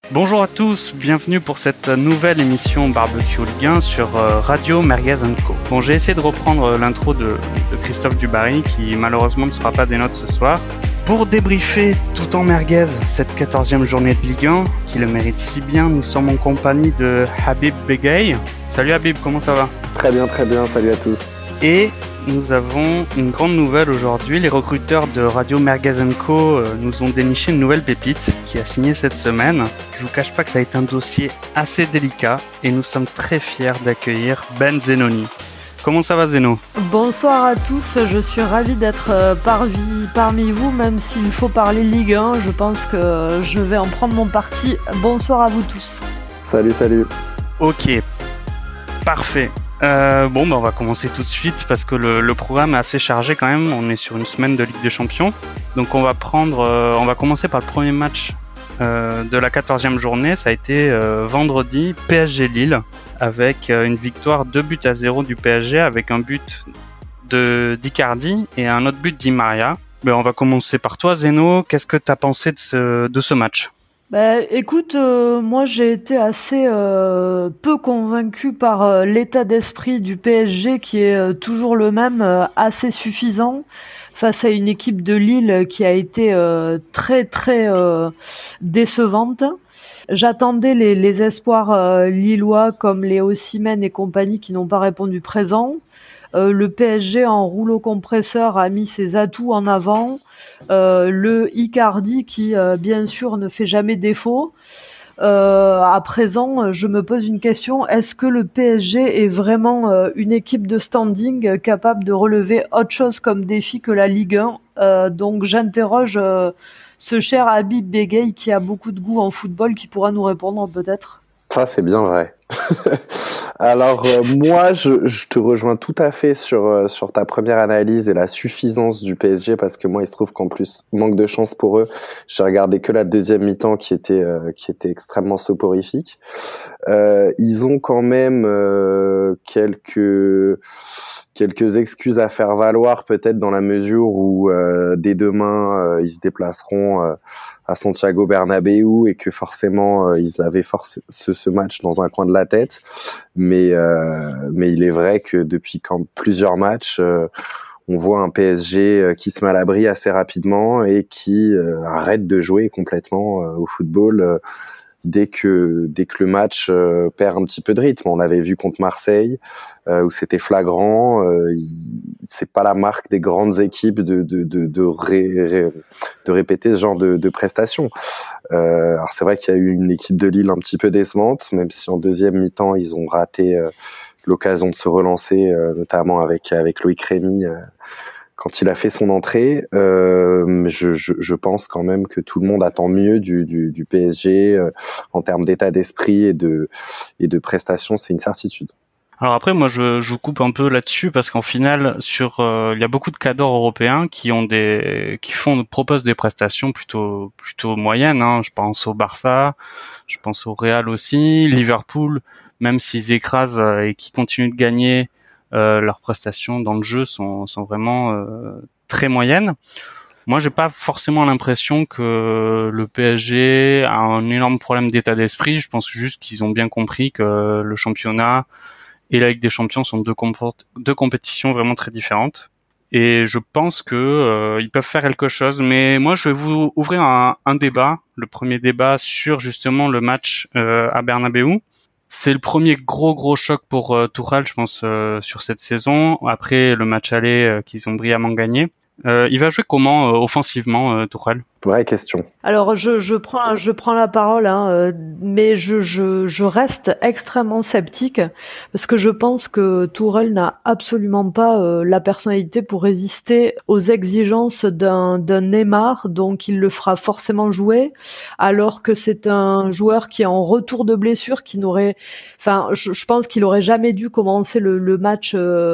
Bonjour à tous, bienvenue pour cette nouvelle émission Barbecue Ligue 1 sur Radio Merguez & Co. Bon, j'ai essayé de reprendre l'intro de Christophe Dubarry qui malheureusement ne sera pas des nôtres ce soir. Pour débriefer tout en merguez cette 14e journée de Ligue 1, qui le mérite si bien, nous sommes en compagnie de Habib Begay. Salut Habib, comment ça va ? Très bien, salut à tous. Et nous avons une grande nouvelle aujourd'hui. Les recruteurs de Radio Merguez & Co nous ont déniché une nouvelle pépite qui a signé cette semaine. Je vous cache pas que ça a été un dossier assez délicat et nous sommes très fiers d'accueillir Ben Zenoni. Comment ça va Zeno ? Bonsoir à tous, je suis ravie d'être parmi vous, même s'il faut parler Ligue 1, je pense que je vais en prendre mon parti. Bonsoir à vous tous. Salut. Ok, parfait. On va commencer tout de suite parce que le programme est assez chargé quand même. On est sur une semaine de Ligue des Champions. Donc on va commencer par le premier match de la 14e journée. Ça a été vendredi, PSG Lille, avec une victoire 2-0 du PSG avec un but d'Icardi et un autre but d'Di Maria. On va commencer par toi Zeno. Qu'est-ce que tu as pensé de ce match ? Écoute, moi j'ai été assez peu convaincu par l'état d'esprit du PSG qui est toujours le même, assez suffisant face à une équipe de Lille qui a été très décevante. J'attendais les espoirs lillois comme les Osimhen et compagnie qui n'ont pas répondu présent. Le PSG en rouleau compresseur a mis ses atouts en avant. Le Icardi qui bien sûr ne fait jamais défaut. À présent, je me pose une question, est-ce que le PSG est vraiment une équipe de standing capable de relever autre chose comme défi que la Ligue 1 ? Donc j'interroge ce cher Habib Begay qui a beaucoup de goût en football qui pourra nous répondre peut-être. Ça c'est bien vrai. Alors moi je te rejoins tout à fait sur ta première analyse et la suffisance du PSG parce que moi il se trouve qu'en plus manque de chance pour eux, j'ai regardé que la deuxième mi-temps qui était extrêmement soporifique. Ils ont quand même quelques excuses à faire valoir peut-être dans la mesure où dès demain ils se déplaceront à Santiago Bernabéu et que forcément ils avaient ce match dans un coin de la tête, mais il est vrai que depuis plusieurs matchs on voit un PSG qui se met à l'abri assez rapidement et qui arrête de jouer complètement au football dès que le match perd un petit peu de rythme. On l'avait vu contre Marseille où c'était flagrant. C'est pas la marque des grandes équipes de répéter ce genre de prestations. Alors c'est vrai qu'il y a eu une équipe de Lille un petit peu décevante, même si en deuxième mi-temps ils ont raté l'occasion de se relancer, notamment avec Loïc Rémy quand il a fait son entrée. Je pense quand même que tout le monde attend mieux du PSG en termes d'état d'esprit et de prestations, c'est une certitude. Alors après, moi, je vous coupe un peu là-dessus parce qu'en finale, il y a beaucoup de cadors européens qui proposent des prestations plutôt moyennes. Hein. Je pense au Barça, je pense au Real aussi, Liverpool, même s'ils écrasent et qui continuent de gagner, leurs prestations dans le jeu sont vraiment très moyennes. Moi, j'ai pas forcément l'impression que le PSG a un énorme problème d'état d'esprit. Je pense juste qu'ils ont bien compris que le championnat et la Ligue des Champions sont deux compétitions vraiment très différentes. Et je pense que ils peuvent faire quelque chose. Mais moi, je vais vous ouvrir un débat, le premier débat sur justement le match à Bernabéu. C'est le premier gros choc pour Tuchel, je pense, sur cette saison. Après le match aller qu'ils ont brillamment gagné. Il va jouer comment offensivement, Tuchel ? Vraie question. Alors je prends la parole, mais je reste extrêmement sceptique parce que je pense que Tuchel n'a absolument pas la personnalité pour résister aux exigences d'un Neymar, donc il le fera forcément jouer, alors que c'est un joueur qui est en retour de blessure, je pense qu'il aurait jamais dû commencer le match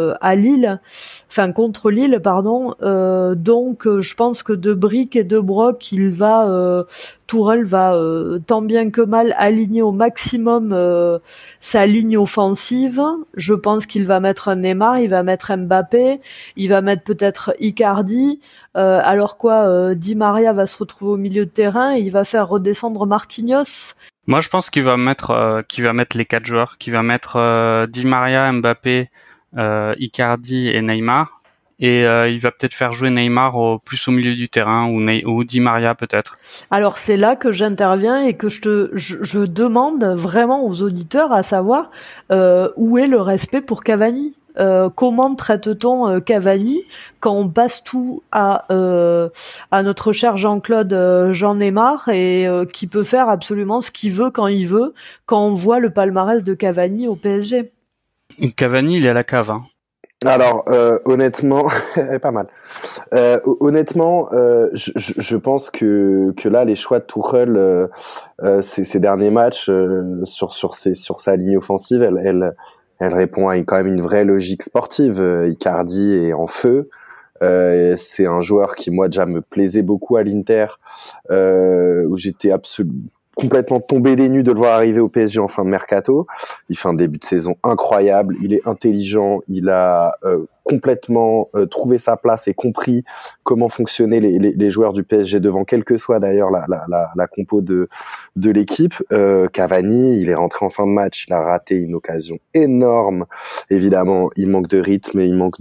contre Lille, pardon. Donc je pense que de briques et de broc, Tuchel va tant bien que mal aligner au maximum sa ligne offensive. Je pense qu'il va mettre un Neymar, il va mettre Mbappé, il va mettre peut-être Icardi. Di Maria va se retrouver au milieu de terrain et il va faire redescendre Marquinhos. Moi, je pense qu'il va mettre les 4 joueurs, qu'il va mettre Di Maria, Mbappé, Icardi et Neymar. Et il va peut-être faire jouer Neymar plus au milieu du terrain ou Di Maria peut-être. Alors c'est là que j'interviens et que je demande vraiment aux auditeurs à savoir où est le respect pour Cavani. Comment traite-t-on Cavani quand on passe tout à notre cher Jean-Claude Jean Neymar et qui peut faire absolument ce qu'il veut quand on voit le palmarès de Cavani au PSG. Cavani, il est à la cave. Hein. Alors, honnêtement, elle est pas mal. Honnêtement, je pense que là, les choix de Tuchel, ces derniers matchs sur sa ligne offensive, elle répond à quand même une vraie logique sportive. Icardi est en feu. C'est un joueur qui, moi, déjà me plaisait beaucoup à l'Inter, où j'étais complètement tombé des nues de le voir arriver au PSG en fin de mercato. Il fait un début de saison incroyable, il est intelligent, il a complètement trouvé sa place et compris comment fonctionnaient les joueurs du PSG devant, quelle que soit d'ailleurs la compo de l'équipe. Cavani, il est rentré en fin de match, il a raté une occasion énorme. Évidemment, il manque de rythme et il manque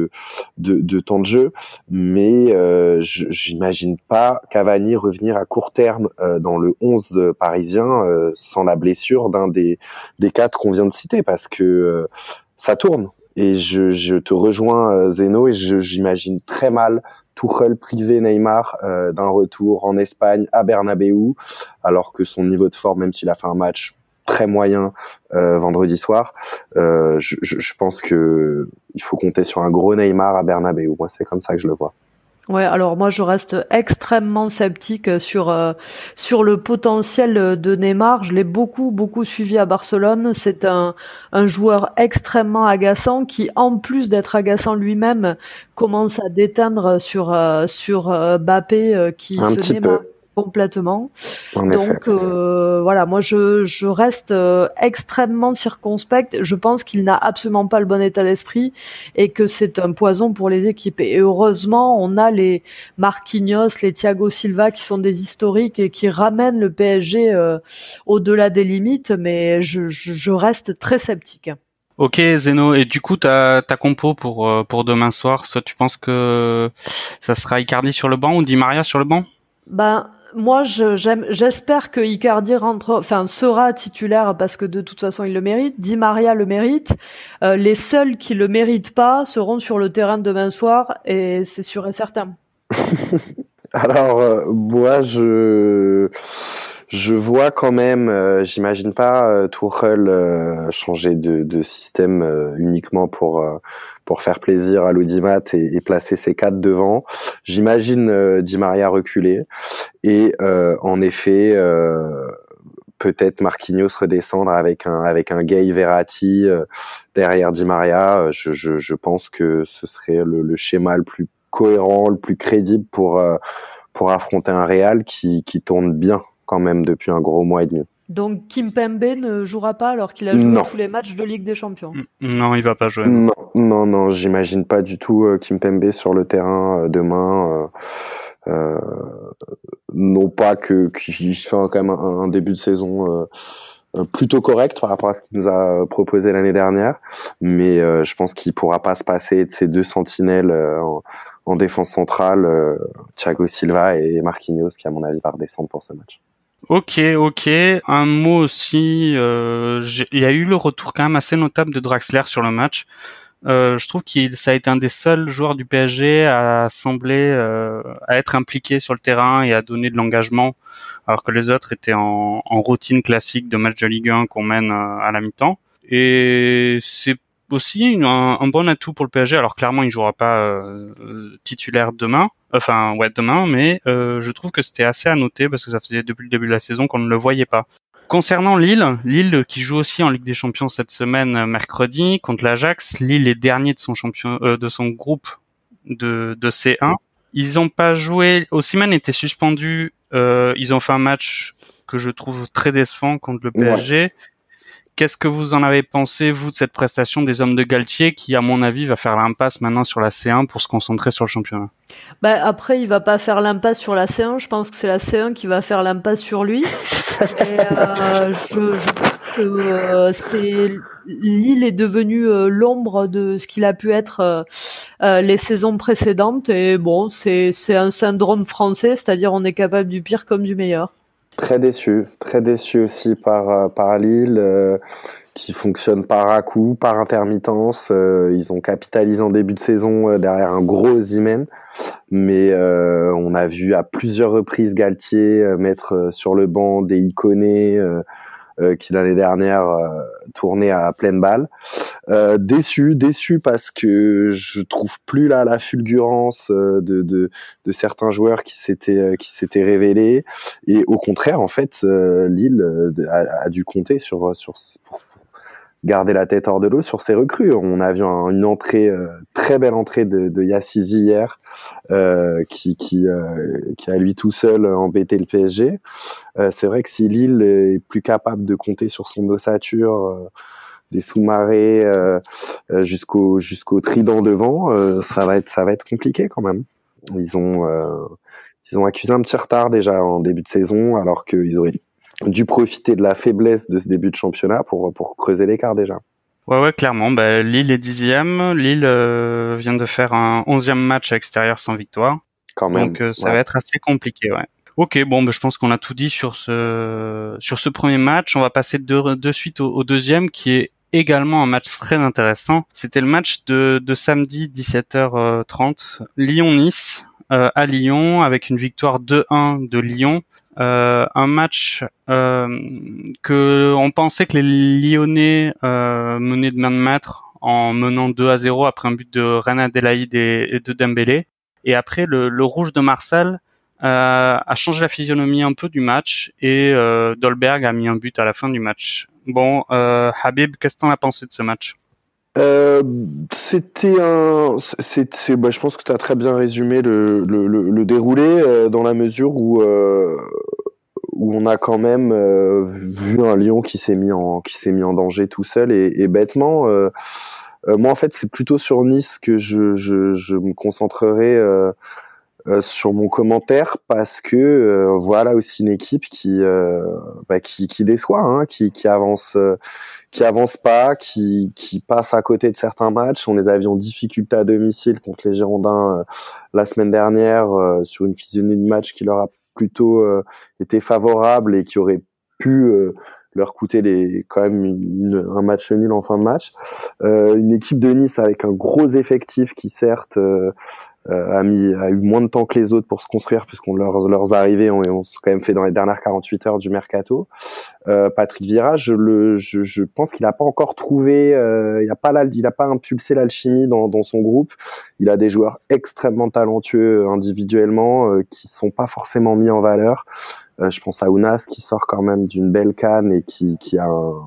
de temps de jeu, mais j'imagine pas Cavani revenir à court terme dans le 11 parisien sans la blessure d'un des 4 qu'on vient de citer, parce que ça tourne. Et je te rejoins, Zeno, et j'imagine très mal Tuchel priver Neymar d'un retour en Espagne à Bernabéu, alors que son niveau de forme, même s'il a fait un match très moyen vendredi soir, je pense que il faut compter sur un gros Neymar à Bernabéu. Moi, c'est comme ça que je le vois. Ouais, alors moi je reste extrêmement sceptique sur le potentiel de Neymar. Je l'ai beaucoup suivi à Barcelone. C'est un joueur extrêmement agaçant qui, en plus d'être agaçant lui-même, commence à déteindre sur Mbappé qui Un se petit Neymar peu. complètement. En effet. Donc voilà, moi je reste extrêmement circonspecte. Je pense qu'il n'a absolument pas le bon état d'esprit et que c'est un poison pour les équipes. Et heureusement, on a les Marquinhos, les Thiago Silva qui sont des historiques et qui ramènent le PSG au-delà des limites, mais je reste très sceptique. Ok Zeno, et du coup ta compo pour demain soir, soit tu penses que ça sera Icardi sur le banc ou Di Maria sur le banc? Ben moi, j'espère que Icardi sera titulaire parce que de toute façon il le mérite. Di Maria le mérite. Les seuls qui le méritent pas seront sur le terrain demain soir et c'est sûr et certain. Alors, moi, je vois quand même, j'imagine pas Tuchel changer de système uniquement pour faire plaisir à l'audimat et placer ses 4 devant. J'imagine Di Maria reculer et en effet peut-être Marquinhos redescendre avec un Gay Verratti derrière Di Maria. Je pense que ce serait le schéma le plus cohérent, le plus crédible pour affronter un Real qui tourne bien quand même depuis un gros mois et demi. Donc Kimpembe ne jouera pas alors qu'il a joué tous les matchs de Ligue des Champions. Non, il va pas jouer. Non, j'imagine pas du tout Kimpembe sur le terrain demain. Non pas qu'il fait quand même un début de saison plutôt correct par rapport à ce qu'il nous a proposé l'année dernière, mais je pense qu'il pourra pas se passer de ces 2 sentinelles en défense centrale, Thiago Silva et Marquinhos, qui à mon avis va redescendre pour ce match. Ok. Un mot aussi, il y a eu le retour quand même assez notable de Draxler sur le match. Je trouve ça a été un des seuls joueurs du PSG à sembler à être impliqué sur le terrain et à donner de l'engagement, alors que les autres étaient en routine classique de match de Ligue 1 qu'on mène à la mi-temps. Et c'est aussi un bon atout pour le PSG. Alors clairement, il jouera pas titulaire demain, mais je trouve que c'était assez à noter parce que ça faisait depuis le début de la saison qu'on ne le voyait pas. Concernant Lille qui joue aussi en Ligue des Champions cette semaine mercredi contre l'Ajax. Lille est dernier de son groupe de C1. Ils ont pas joué. Osimhen était suspendu. Ils ont fait un match que je trouve très décevant contre le PSG. Ouais. Qu'est-ce que vous en avez pensé, vous, de cette prestation des hommes de Galtier, qui, à mon avis, va faire l'impasse maintenant sur la C1 pour se concentrer sur le championnat? Après, il va pas faire l'impasse sur la C1. Je pense que c'est la C1 qui va faire l'impasse sur lui. Et je pense que Lille est devenu l'ombre de ce qu'il a pu être les saisons précédentes. Et bon, c'est un syndrome français, c'est-à-dire on est capable du pire comme du meilleur. Très déçu aussi par Lille, qui fonctionne par à-coups, par intermittence. Ils ont capitalisé en début de saison derrière un gros Osimhen, mais on a vu à plusieurs reprises Galtier mettre sur le banc des Iconé qui l'année dernière tournait à pleine balle. Déçu parce que je trouve plus là la fulgurance de certains joueurs qui s'étaient révélés, et au contraire en fait Lille a dû compter pour garder la tête hors de l'eau sur ses recrues. On a vu une entrée très belle entrée de Yazici hier, qui a lui tout seul embêté le PSG. C'est vrai que si Lille est plus capable de compter sur son ossature, les sous-marées jusqu'au trident devant, ça va être compliqué quand même. Ils ont accusé un petit retard déjà en début de saison, alors qu'ils auraient dû profiter de la faiblesse de ce début de championnat pour creuser l'écart déjà. Ouais, clairement. Lille est 10e. Lille vient de faire un 11e match à l'extérieur sans victoire. Quand même. Donc ça va être assez compliqué, ouais. Ok, je pense qu'on a tout dit sur ce premier match. On va passer de suite au deuxième, qui est également un match très intéressant. C'était le match de samedi 17h30, Lyon-Nice à Lyon, avec une victoire 2-1 de Lyon. Un match que on pensait que les Lyonnais menaient de main de maître en menant 2-0 après un but de Reine Adélaïde et de Dembélé. Et après, le rouge de Marsal a changé la physionomie un peu du match, et Dolberg a mis un but à la fin du match. Habib, qu'est-ce que t'en as pensé de ce match? Je pense que tu as très bien résumé le déroulé, dans la mesure où on a quand même vu un Lyon qui s'est mis en danger tout seul et bêtement. Moi en fait c'est plutôt sur Nice que je me concentrerai sur mon commentaire, parce que voilà aussi une équipe qui déçoit, hein, qui avance pas, qui passe à côté de certains matchs. On les avait en difficulté à domicile contre les Girondins la semaine dernière, sur une physionomie de match qui leur a plutôt été favorable et qui aurait pu leur coûter quand même un match nul en fin de match. Une équipe de Nice avec un gros effectif qui certes a eu moins de temps que les autres pour se construire, puisqu'on leurs arrivées ont quand même fait dans les dernières 48 heures du mercato. Patrick Vieira, je pense qu'il n'a pas encore trouvé, il a pas impulsé l'alchimie dans son groupe. Il a des joueurs extrêmement talentueux individuellement, qui sont pas forcément mis en valeur. Je pense à Ounas, qui sort quand même d'une belle CAN et qui a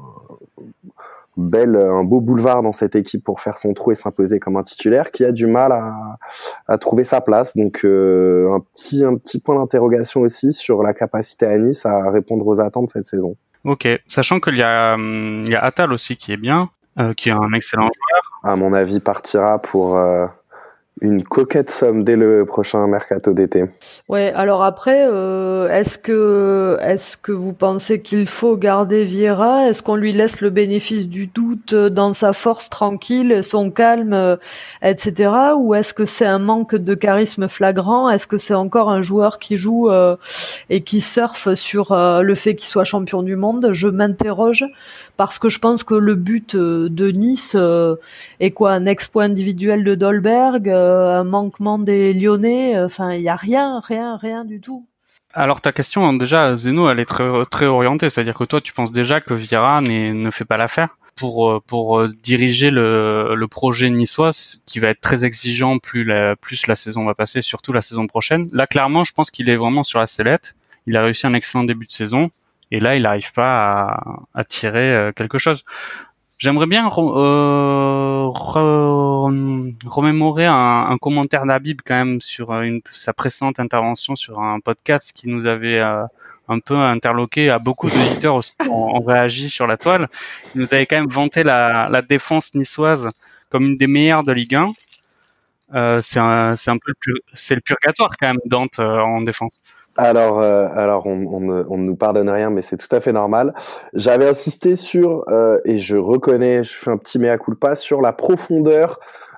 un beau boulevard dans cette équipe pour faire son trou et s'imposer comme un titulaire, qui a du mal à trouver sa place. Donc un petit point d'interrogation aussi sur la capacité à Nice à répondre aux attentes cette saison. Ok, sachant qu'il y a Attal aussi qui est bien, qui est un excellent joueur. À mon avis, partira pour une coquette somme dès le prochain mercato d'été. Ouais, alors après, est-ce que vous pensez qu'il faut garder Vieira? Est-ce qu'on lui laisse le bénéfice du doute dans sa force tranquille, son calme, etc. Ou est-ce que c'est un manque de charisme flagrant? Est-ce que c'est encore un joueur qui joue et qui surfe sur le fait qu'il soit champion du monde? Je m'interroge, parce que je pense que le but de Nice est quoi? Un exploit individuel de Dolberg, un manquement des Lyonnais, enfin il y a rien du tout. Alors ta question déjà, Zeno, elle est très très orientée, c'est-à-dire que toi tu penses déjà que Vieira ne fait pas l'affaire pour diriger le projet niçois, qui va être très exigeant plus la saison va passer, surtout la saison prochaine. Là clairement, je pense qu'il est vraiment sur la sellette. Il a réussi un excellent début de saison et là il n'arrive pas à tirer quelque chose. J'aimerais bien remémorer un commentaire d'Habib quand même sur sa précédente intervention sur un podcast qui nous avait un peu interloqué. À beaucoup d'auditeurs aussi ont réagi sur la toile. Il nous avait quand même vanté la défense niçoise comme une des meilleures de Ligue 1. C'est un peu c'est le purgatoire quand même, Dante, en défense. Alors, on ne nous pardonne rien, mais c'est tout à fait normal. J'avais insisté sur, et je reconnais, je fais un petit mea culpa, sur la profondeur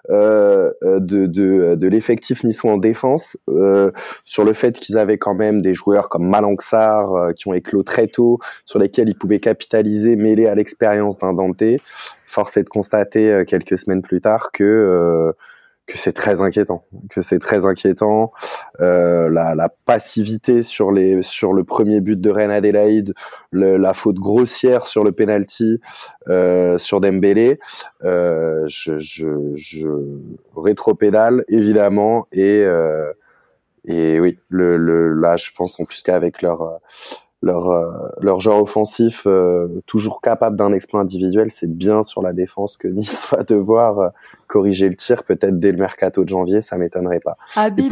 de l'effectif niçois en défense, sur le fait qu'ils avaient quand même des joueurs comme Malang Sarr qui ont éclos très tôt, sur lesquels ils pouvaient capitaliser, mêler à l'expérience d'un Dante. Force est de constater quelques semaines plus tard que c'est très inquiétant, la passivité sur le premier but de Reine Adélaïde, la faute grossière sur le penalty sur Dembélé, je rétropédale évidemment et oui, là je pense en plus qu'avec leur joueur offensif toujours capable d'un exploit individuel, c'est bien sur la défense que Nice va devoir corriger le tir, peut-être dès le mercato de janvier, ça m'étonnerait pas. Habib,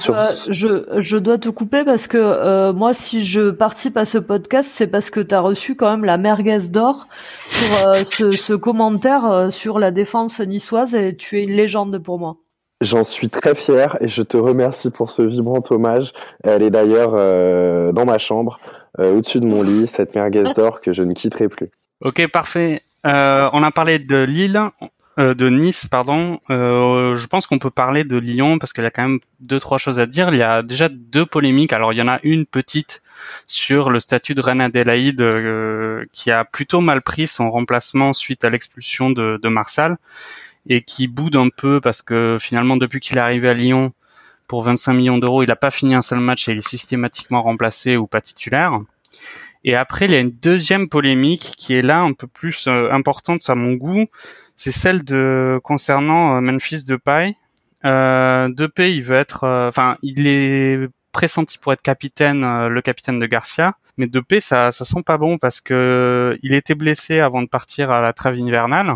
je dois te couper parce que moi, si je participe à ce podcast, c'est parce que tu as reçu quand même la merguez d'or sur ce commentaire sur la défense niçoise et tu es une légende pour moi. J'en suis très fier et je te remercie pour ce vibrant hommage. Elle est d'ailleurs dans ma chambre, au-dessus de mon lit, cette merguez d'or que je ne quitterai plus. Ok, parfait. On a parlé de de Nice, pardon. Je pense qu'on peut parler de Lyon parce qu'il y a quand même 2-3 choses à dire. Il y a déjà 2 polémiques. Alors, il y en a une petite sur le statut de Reine Adélaïde qui a plutôt mal pris son remplacement suite à l'expulsion de Marsal et qui boude un peu parce que finalement, depuis qu'il est arrivé à Lyon pour 25 millions d'euros, il n'a pas fini un seul match et il est systématiquement remplacé ou pas titulaire. Et après, il y a une deuxième polémique qui est là un peu plus importante à mon goût. C'est celle concernant Memphis Depay. Depay, il veut être, il est pressenti pour être capitaine, le capitaine de Garcia. Mais Depay, ça sent pas bon parce que il était blessé avant de partir à la trêve hivernale.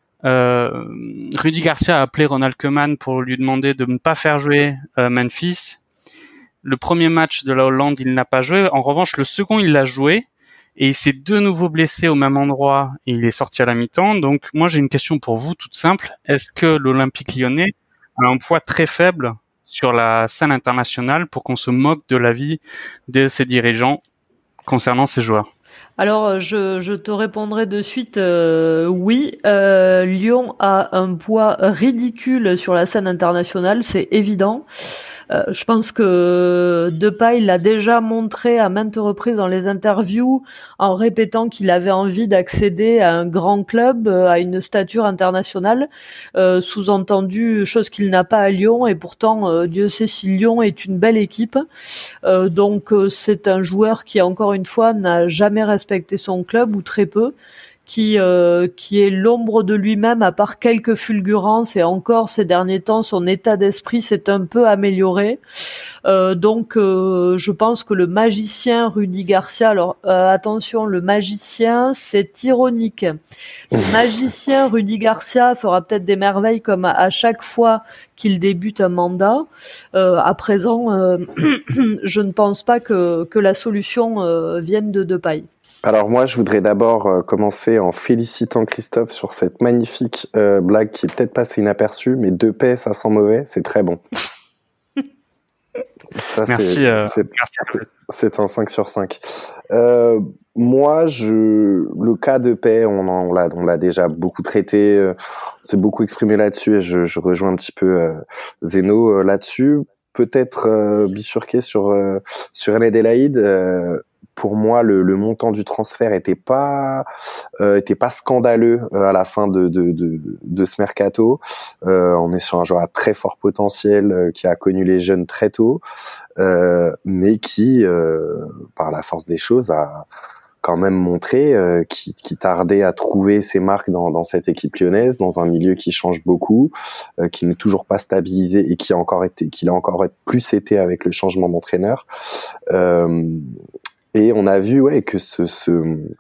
Rudy Garcia a appelé Ronald Koeman pour lui demander de ne pas faire jouer Memphis. Le premier match de la Hollande, il n'a pas joué. En revanche, le second, il l'a joué. Et il s'est de nouveau blessé au même endroit et il est sorti à la mi-temps. Donc, moi, j'ai une question pour vous, toute simple. Est-ce que l'Olympique Lyonnais a un poids très faible sur la scène internationale pour qu'on se moque de l'avis de ses dirigeants concernant ces joueurs? Alors, je te répondrai de suite, oui, Lyon a un poids ridicule sur la scène internationale, c'est évident. Je pense que Depay l'a déjà montré à maintes reprises dans les interviews en répétant qu'il avait envie d'accéder à un grand club, à une stature internationale, sous-entendu chose qu'il n'a pas à Lyon et pourtant Dieu sait si Lyon est une belle équipe. Donc c'est un joueur qui encore une fois n'a jamais respecté son club ou très peu. Qui est l'ombre de lui-même à part quelques fulgurances et encore ces derniers temps son état d'esprit s'est un peu amélioré. Donc je pense que le magicien Rudy Garcia, alors attention, le magicien c'est ironique. Le magicien Rudy Garcia fera peut-être des merveilles comme à chaque fois qu'il débute un mandat. À présent, je ne pense pas que la solution vienne de Depay. Alors moi, je voudrais d'abord commencer en félicitant Christophe sur cette magnifique blague qui est peut-être passée inaperçue, mais Depay, ça sent mauvais, c'est très bon. Ça, merci. C'est un 5 sur 5. Moi, le cas Depay, on l'a déjà beaucoup traité, on s'est beaucoup exprimé là-dessus et je rejoins un petit peu Zeno là-dessus. Peut-être bifurquer sur Reine Adélaïde. Pour moi, le montant du transfert était pas scandaleux à la fin de ce mercato. On est sur un joueur à très fort potentiel qui a connu les jeunes très tôt, mais qui, par la force des choses, a quand même montré qui tardait à trouver ses marques dans cette équipe lyonnaise, dans un milieu qui change beaucoup, qui n'est toujours pas stabilisé et qui a encore plus été avec le changement d'entraîneur. Et on a vu que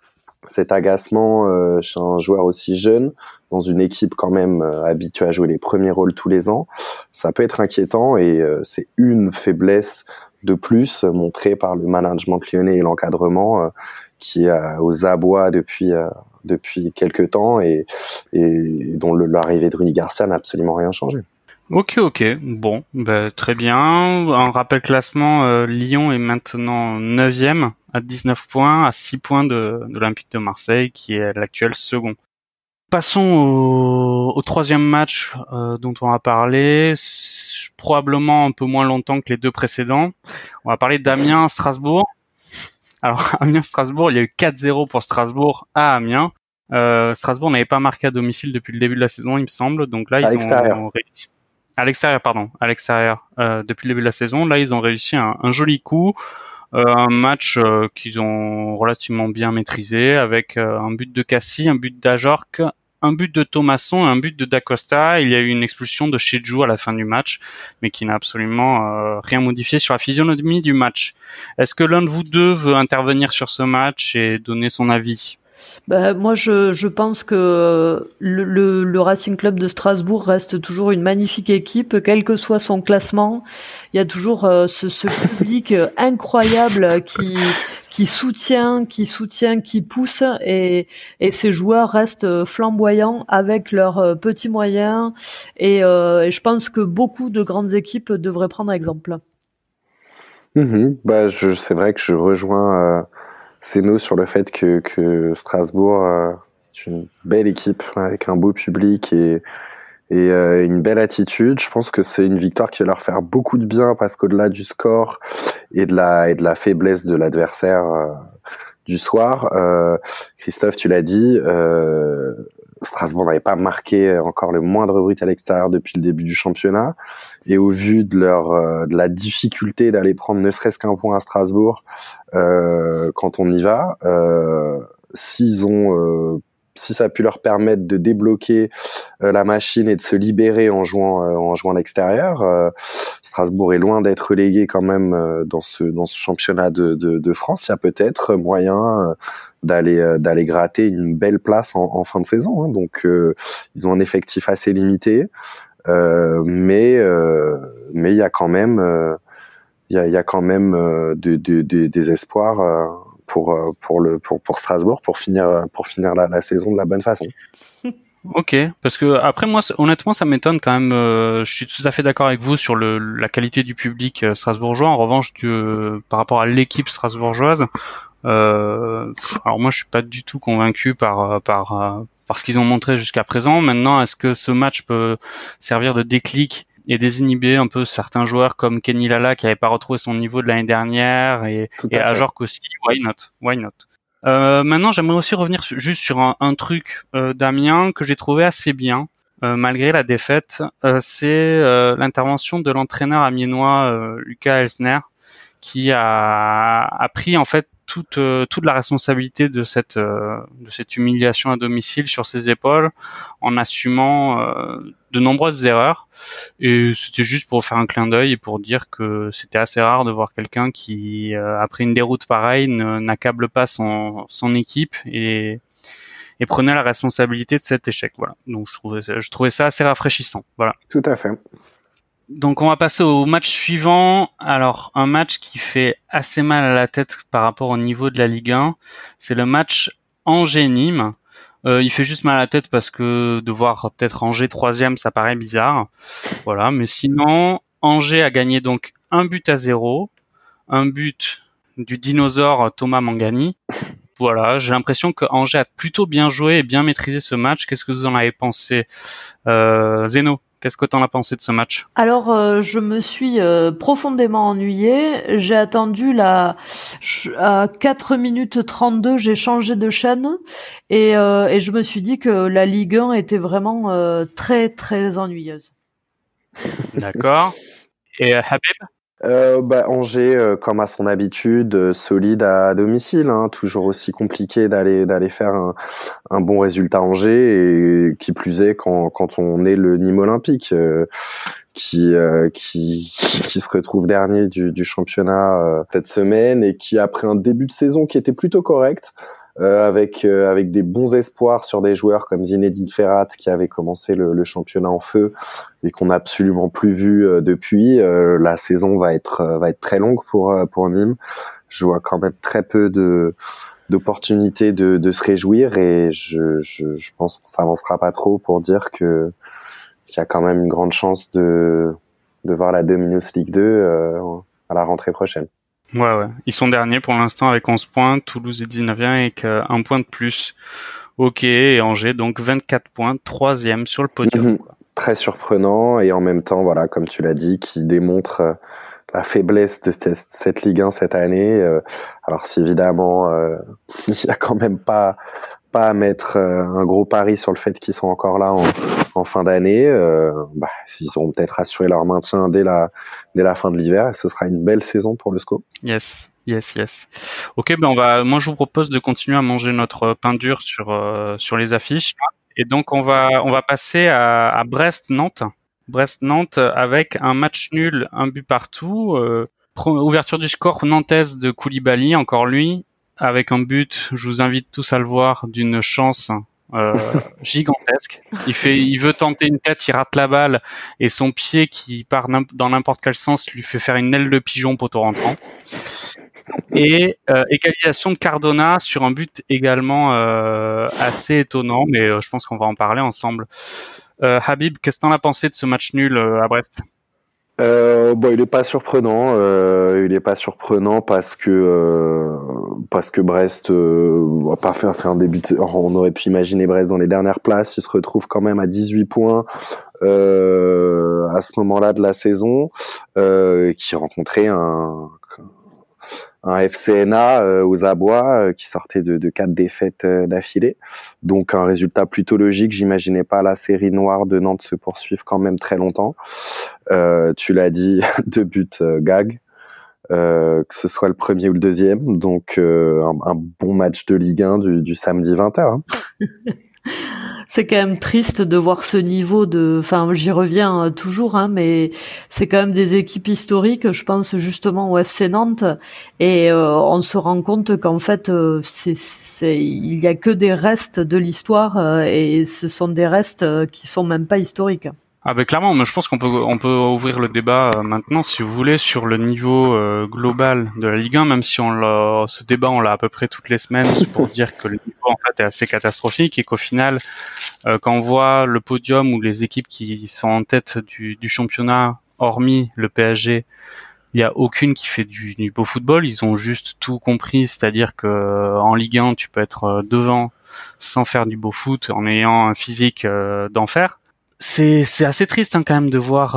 cet agacement chez un joueur aussi jeune dans une équipe quand même habituée à jouer les premiers rôles tous les ans, ça peut être inquiétant et c'est une faiblesse de plus montrée par le management lyonnais et l'encadrement qui est aux abois depuis quelques temps et dont l'arrivée de Rudy Garcia n'a absolument rien changé. Ok, bon, très bien. Un rappel classement, Lyon est maintenant 9e à 19 points, à 6 points de l'Olympique de Marseille, qui est l'actuel second. Passons au troisième match dont on va parler, probablement un peu moins longtemps que les deux précédents. On va parler d'Amiens-Strasbourg. Alors, Amiens-Strasbourg, il y a eu 4-0 pour Strasbourg à Amiens. Strasbourg n'avait pas marqué à domicile depuis le début de la saison, il me semble. Donc là, ils ont réussi. À l'extérieur, depuis le début de la saison. Là, ils ont réussi un joli coup. Un match qu'ils ont relativement bien maîtrisé avec un but de Cassie, un but d'Ajorc, un but de Thomasson et un but de Dacosta. Il y a eu une expulsion de Chedjou à la fin du match, mais qui n'a absolument rien modifié sur la physionomie du match. Est-ce que l'un de vous deux veut intervenir sur ce match et donner son avis ? Moi, je pense que le Racing Club de Strasbourg reste toujours une magnifique équipe, quel que soit son classement. Il y a toujours ce public incroyable qui soutient, qui pousse, et ces joueurs restent flamboyants avec leurs petits moyens. Et je pense que beaucoup de grandes équipes devraient prendre exemple. C'est vrai que je rejoins Zeno sur le fait que Strasbourg est une belle équipe avec un beau public et une belle attitude. Je pense que c'est une victoire qui va leur faire beaucoup de bien parce qu'au-delà du score et de la faiblesse de l'adversaire du soir, Christophe, tu l'as dit, Strasbourg n'avait pas marqué encore le moindre but à l'extérieur depuis le début du championnat. Et au vu de la difficulté d'aller prendre ne serait-ce qu'un point à Strasbourg quand on y va, si ça a pu leur permettre de débloquer la machine et de se libérer en jouant à l'extérieur, Strasbourg est loin d'être relégué quand même dans ce championnat de France. Il y a peut-être moyen d'aller gratter une belle place en fin de saison. Donc ils ont un effectif assez limité, mais il y a quand même des espoirs pour Strasbourg pour finir la saison de la bonne façon. Ok, parce que après moi honnêtement ça m'étonne quand même. Je suis tout à fait d'accord avec vous sur la qualité du public strasbourgeois. En revanche, par rapport à l'équipe strasbourgeoise, alors moi je suis pas du tout convaincu par ce qu'ils ont montré jusqu'à présent. Maintenant, est-ce que ce match peut servir de déclic et désinhiber un peu certains joueurs comme Kenny Lala qui avait pas retrouvé son niveau de l'année dernière et Ajorc aussi? Why not? Maintenant, j'aimerais aussi revenir juste sur un truc d'Amiens que j'ai trouvé assez bien malgré la défaite. C'est l'intervention de l'entraîneur amiénois Lucas Elsner qui a pris en fait toute la responsabilité de cette humiliation à domicile sur ses épaules en assumant de nombreuses erreurs. Et c'était juste pour faire un clin d'œil et pour dire que c'était assez rare de voir quelqu'un qui, après une déroute pareille, n'accable pas son équipe et prenait la responsabilité de cet échec. Voilà. Donc je trouvais ça assez rafraîchissant. Voilà. Tout à fait. Donc on va passer au match suivant. Alors un match qui fait assez mal à la tête par rapport au niveau de la Ligue 1, c'est le match Angers-Nîmes. Il fait juste mal à la tête parce que de voir peut-être Angers 3e, ça paraît bizarre. Voilà, mais sinon Angers a gagné donc 1-0, un but du dinosaure Thomas Mangani. Voilà, j'ai l'impression que Angers a plutôt bien joué et bien maîtrisé ce match. Qu'est-ce que vous en avez pensé, Zeno? Qu'est-ce que t'en as pensé de ce match? Alors, je me suis profondément ennuyée. J'ai attendu à 4 minutes 32, j'ai changé de chaîne et je me suis dit que la Ligue 1 était vraiment très très ennuyeuse. D'accord. Et Habib? Angers, comme à son habitude, solide à domicile, hein, toujours aussi compliqué d'aller faire un bon résultat à Angers, et qui plus est quand on est le Nîmes Olympique, qui se retrouve dernier du championnat cette semaine et qui, après un début de saison qui était plutôt correct, avec des bons espoirs sur des joueurs comme Zinedine Ferhat qui avait commencé le championnat en feu et qu'on n'a absolument plus vu depuis. La saison va être très longue pour Nîmes. Je vois quand même très peu d'opportunités de se réjouir et je pense qu'on s'avancera pas trop pour dire qu'il y a quand même une grande chance de voir la Dominos League 2 à la rentrée prochaine. Ouais. Ils sont derniers pour l'instant avec 11 points, Toulouse est 19e avec un point de plus. Ok, et Angers, donc 24 points, 3e sur le podium. Quoi. Très surprenant et en même temps, voilà, comme tu l'as dit, qui démontre la faiblesse de cette Ligue 1 cette année. Alors si évidemment, il y a quand même pas à mettre un gros pari sur le fait qu'ils sont encore là en fin d'année. Ils auront peut-être assuré leur maintien dès la fin de l'hiver et ce sera une belle saison pour le SCO. Yes. Ok, moi je vous propose de continuer à manger notre pain dur sur les affiches. Et donc on va passer à Brest-Nantes. Brest-Nantes avec un match nul, un but partout. Ouverture du score nantaise de Koulibaly, encore lui, avec un but, je vous invite tous à le voir, d'une chance gigantesque. Il veut tenter une tête, il rate la balle et son pied qui part dans n'importe quel sens lui fait faire une aile de pigeon poteau rentrant. Et égalisation de Cardona sur un but également assez étonnant, mais je pense qu'on va en parler ensemble. Habib, qu'est-ce que t'en as pensé de ce match nul à Brest ? Il est pas surprenant. Il est pas surprenant parce que Brest a pas fait un début. On aurait pu imaginer Brest dans les dernières places. Il se retrouve quand même à 18 points à ce moment-là de la saison, qui rencontrait un FCNA aux abois qui sortait de 4 défaites d'affilée. Donc un résultat plutôt logique. J'imaginais pas la série noire de Nantes se poursuivre quand même très longtemps. Tu l'as dit, 2 buts gag, que ce soit le premier ou le deuxième. Donc un bon match de Ligue 1 du samedi 20h. Hein. C'est quand même triste de voir ce niveau j'y reviens toujours, mais c'est quand même des équipes historiques. Je pense justement au FC Nantes et on se rend compte qu'en fait, il y a que des restes de l'histoire et ce sont des restes qui sont même pas historiques. Ah clairement, mais je pense qu'on peut ouvrir le débat maintenant, si vous voulez, sur le niveau global de la Ligue 1, même si ce débat on l'a à peu près toutes les semaines pour dire que le niveau en fait est assez catastrophique et qu'au final, quand on voit le podium ou les équipes qui sont en tête du championnat, hormis le PSG, il y a aucune qui fait du beau football. Ils ont juste tout compris, c'est-à-dire que en Ligue 1, tu peux être devant sans faire du beau foot, en ayant un physique d'enfer. C'est assez triste quand même de voir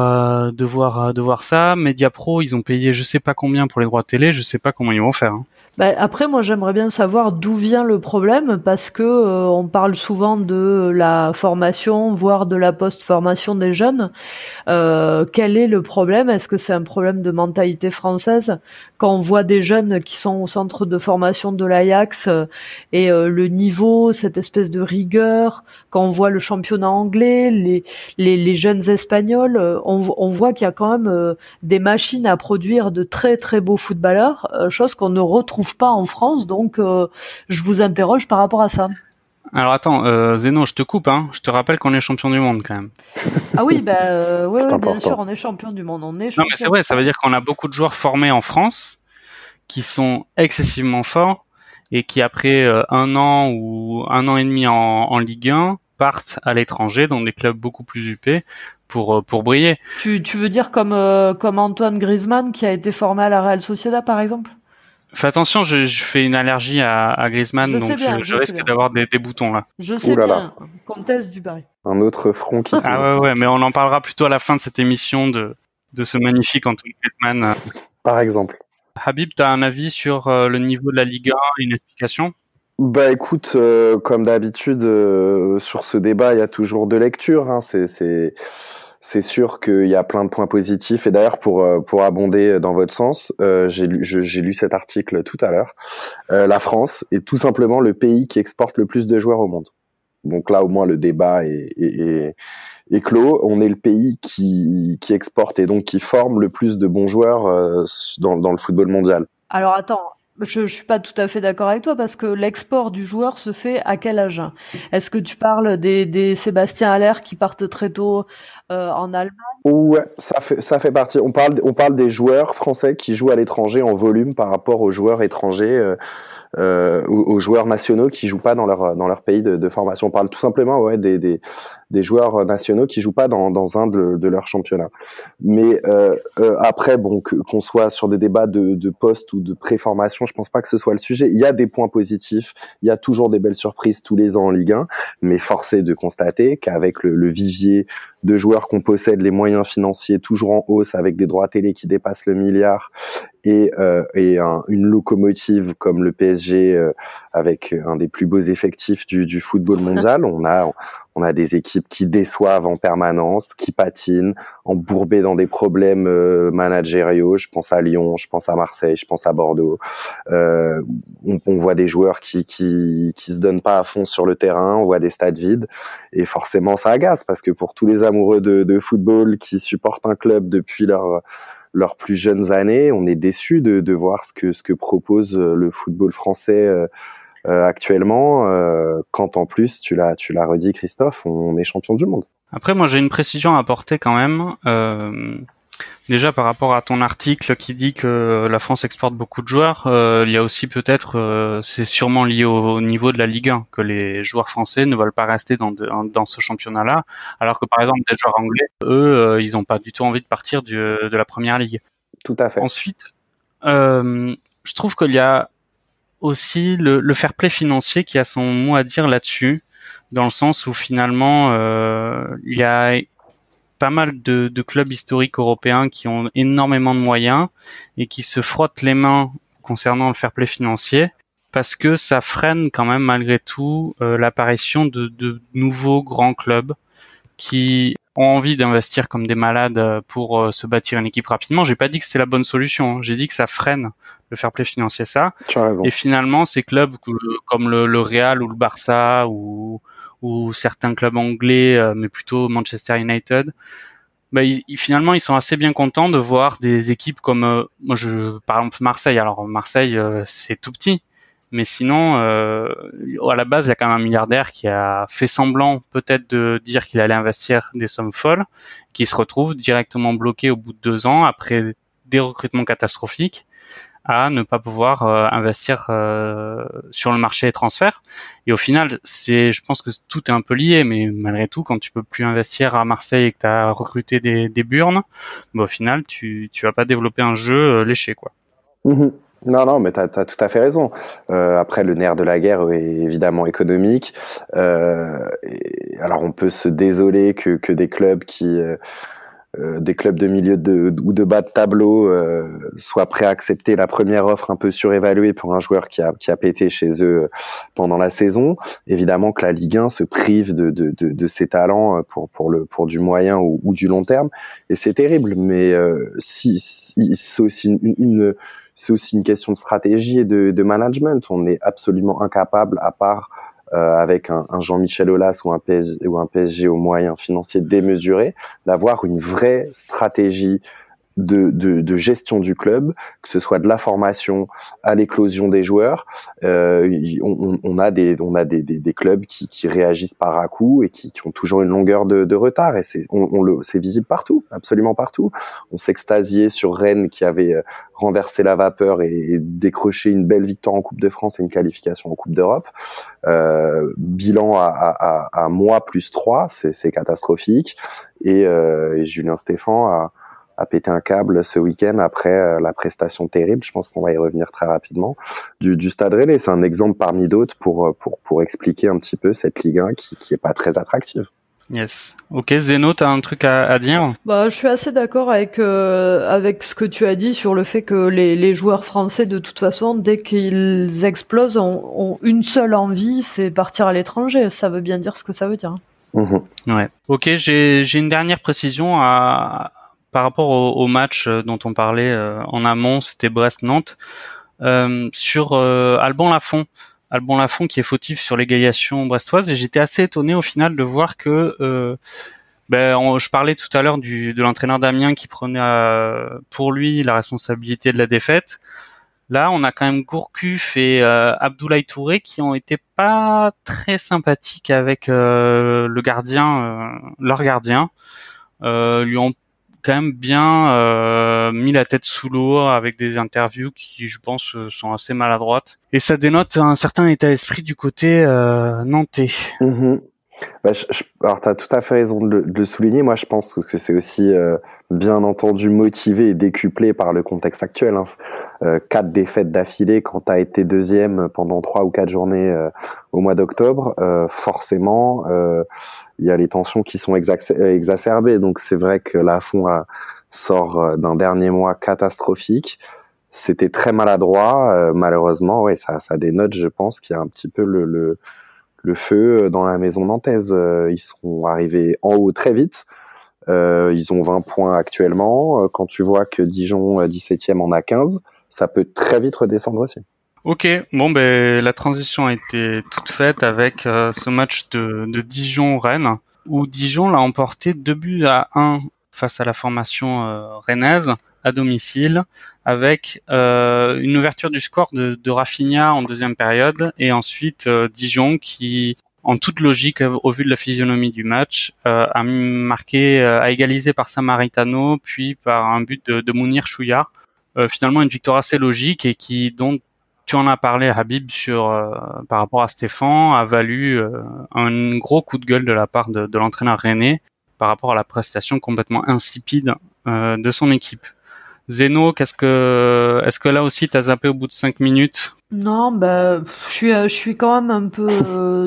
ça. Mediapro, ils ont payé je sais pas combien pour les droits de télé, je sais pas comment ils vont faire. Hein. Après, moi, j'aimerais bien savoir d'où vient le problème, parce que on parle souvent de la formation, voire de la post-formation des jeunes. Quel est le problème ? Est-ce que c'est un problème de mentalité française ? Quand on voit des jeunes qui sont au centre de formation de l'Ajax et le niveau, cette espèce de rigueur, quand on voit le championnat anglais, les jeunes espagnols, on voit qu'il y a quand même des machines à produire de très très beaux footballeurs, chose qu'on ne retrouve pas en France, donc je vous interroge par rapport à ça. Alors attends, Zeno, je te coupe, hein. Je te rappelle qu'on est champion du monde quand même. Ah oui, bien sûr, on est champion du monde. Non mais c'est vrai, ça veut dire qu'on a beaucoup de joueurs formés en France qui sont excessivement forts et qui après un an ou un an et demi en Ligue 1 partent à l'étranger dans des clubs beaucoup plus huppés pour briller. Tu veux dire comme Antoine Griezmann qui a été formé à la Real Sociedad par exemple ? Fais attention, je fais une allergie à Griezmann, je risque d'avoir des boutons là. Je sais bien, Comtesse du Barry. Un autre front qui s'ouvre. Ah ouais, mais on en parlera plutôt à la fin de cette émission de ce magnifique Antoine Griezmann. Par exemple. Habib, t'as un avis sur le niveau de la Ligue 1, une explication ? Écoute, comme d'habitude, sur ce débat, il y a toujours deux lectures. Hein. C'est sûr qu'il y a plein de points positifs. Et d'ailleurs, pour abonder dans votre sens, j'ai lu cet article tout à l'heure. La France est tout simplement le pays qui exporte le plus de joueurs au monde. Donc là, au moins, le débat est clos. On est le pays qui exporte et donc qui forme le plus de bons joueurs dans le football mondial. Alors attends, Je suis pas tout à fait d'accord avec toi parce que l'export du joueur se fait à quel âge? Est-ce que tu parles des Sébastien Haller qui partent très tôt en Allemagne? Ouais, ça fait partie. On parle des joueurs français qui jouent à l'étranger en volume par rapport aux joueurs étrangers, aux joueurs nationaux qui jouent pas dans leur pays de formation. On parle tout simplement, ouais, des joueurs nationaux qui jouent pas dans un de leurs championnats. Mais après, bon, qu'on soit sur des débats de poste ou de préformation, je pense pas que ce soit le sujet. Il y a des points positifs, il y a toujours des belles surprises tous les ans en Ligue 1, mais force est de constater qu'avec le vivier de joueurs qu'on possède, les moyens financiers toujours en hausse, avec des droits télé qui dépassent le milliard, et une locomotive comme le PSG, avec un des plus beaux effectifs du football mondial, on a des équipes qui déçoivent en permanence, qui patinent, embourbées dans des problèmes managériaux. Je pense à Lyon, je pense à Marseille, je pense à Bordeaux. On voit des joueurs qui se donnent pas à fond sur le terrain, on voit des stades vides, et forcément ça agace, parce que pour tous les amoureux de football qui supportent un club depuis leurs plus jeunes années, on est déçu de voir ce que propose le football français actuellement, quand en plus, tu l'as redit, Christophe, on est champion du monde. Après, moi, j'ai une précision à apporter quand même. Déjà, par rapport à ton article qui dit que la France exporte beaucoup de joueurs, il y a aussi peut-être, c'est sûrement lié au niveau de la Ligue 1, que les joueurs français ne veulent pas rester dans ce championnat-là, alors que par exemple, des joueurs anglais, eux, ils n'ont pas du tout envie de partir de la première ligue. Tout à fait. Ensuite, je trouve qu'il y a aussi le fair play financier qui a son mot à dire là-dessus, dans le sens où finalement il y a pas mal de clubs historiques européens qui ont énormément de moyens et qui se frottent les mains concernant le fair play financier, parce que ça freine quand même malgré tout l'apparition de nouveaux grands clubs qui ont envie d'investir comme des malades pour se bâtir une équipe rapidement. J'ai pas dit que c'était la bonne solution, hein. J'ai dit que ça freine le fair play financier, ça. Tu as raison. Et finalement, ces clubs comme le Real ou le Barça ou certains clubs anglais, mais plutôt Manchester United, bah, finalement, ils sont assez bien contents de voir des équipes comme, par exemple Marseille. Alors Marseille, c'est tout petit. Mais sinon, à la base, il y a quand même un milliardaire qui a fait semblant peut-être de dire qu'il allait investir des sommes folles, qui se retrouve directement bloqué au bout de 2 ans, après des recrutements catastrophiques, à ne pas pouvoir investir sur le marché des transferts. Et au final, je pense que tout est un peu lié, mais malgré tout, quand tu peux plus investir à Marseille et que tu as recruté des burnes, bah, au final, tu vas pas développer un jeu léché, quoi. Mmh. Non, mais t'as tout à fait raison. Après, le nerf de la guerre est évidemment économique. Alors, on peut se désoler que des clubs des clubs de milieu ou de bas de tableau soient prêts à accepter la première offre un peu surévaluée pour un joueur qui a pété chez eux pendant la saison. Évidemment que la Ligue 1 se prive de ses talents pour du moyen ou du long terme, et c'est terrible. Mais c'est aussi c'est aussi une question de stratégie et de management. On est absolument incapable, à part avec un Jean-Michel Aulas ou un PSG aux moyens financiers démesurés, d'avoir une vraie stratégie de gestion du club, que ce soit de la formation à l'éclosion des joueurs. On a des clubs qui réagissent par à-coups et qui ont toujours une longueur de retard, et c'est visible partout, absolument partout. On s'extasiait sur Rennes qui avait renversé la vapeur et décroché une belle victoire en Coupe de France et une qualification en Coupe d'Europe. Bilan à mois plus 3, c'est catastrophique. Et Julien Stéphan a pété un câble ce week-end après la prestation terrible, je pense qu'on va y revenir très rapidement, du Stade Rennais. C'est un exemple parmi d'autres pour expliquer un petit peu cette Ligue 1 qui est pas très attractive. Yes. Ok, Zeno, t'as un truc à dire? Bah, je suis assez d'accord avec ce que tu as dit sur le fait que les joueurs français, de toute façon, dès qu'ils explosent, ont une seule envie, c'est partir à l'étranger. Ça veut bien dire ce que ça veut dire. Mmh. Ouais. Ok, j'ai une dernière précision par rapport au match dont on parlait en amont, c'était Brest-Nantes, sur Alban Lafont. Alban Lafont qui est fautif sur l'égalisation brestoise, et j'étais assez étonné au final de voir que je parlais tout à l'heure de l'entraîneur d'Amiens qui prenait pour lui la responsabilité de la défaite. Là, on a quand même Gourcuff et Abdoulaye Touré qui ont été pas très sympathiques avec le gardien, leur gardien. Lui ont quand même bien mis la tête sous l'eau avec des interviews qui, je pense, sont assez maladroites. Et ça dénote un certain état d'esprit du côté nantais. Mmh. Bah, alors, tu as tout à fait raison de le souligner. Moi, je pense que c'est aussi, bien entendu, motivé et décuplé par le contexte actuel. 4 défaites d'affilée quand tu as été deuxième pendant 3 ou 4 journées au mois d'octobre, forcément, il y a les tensions qui sont exacerbées. Donc, c'est vrai que Lafont sort d'un dernier mois catastrophique. C'était très maladroit, malheureusement. Ouais, ça dénote, je pense, qu'il y a un petit peu le feu dans la maison nantaise. Ils sont arrivés en haut très vite. Ils ont 20 points actuellement. Quand tu vois que Dijon 17e en a 15, ça peut très vite redescendre aussi. Ok, bon ben la transition a été toute faite avec ce match de Dijon-Rennes, où Dijon l'a emporté 2-1 face à la formation rennaise à domicile, avec une ouverture du score de Rafinha en deuxième période, et ensuite Dijon qui, en toute logique au vu de la physionomie du match, a marqué, a égalisé par Samaritano, puis par un but de Mounir Chouillard. Finalement une victoire assez logique et dont tu en as parlé, Habib, par rapport à Stéphane, a valu un gros coup de gueule de la part de l'entraîneur rennais par rapport à la prestation complètement insipide de son équipe. Zeno, est-ce que là aussi t'as zappé au bout de 5 minutes? Non, je suis quand même un peu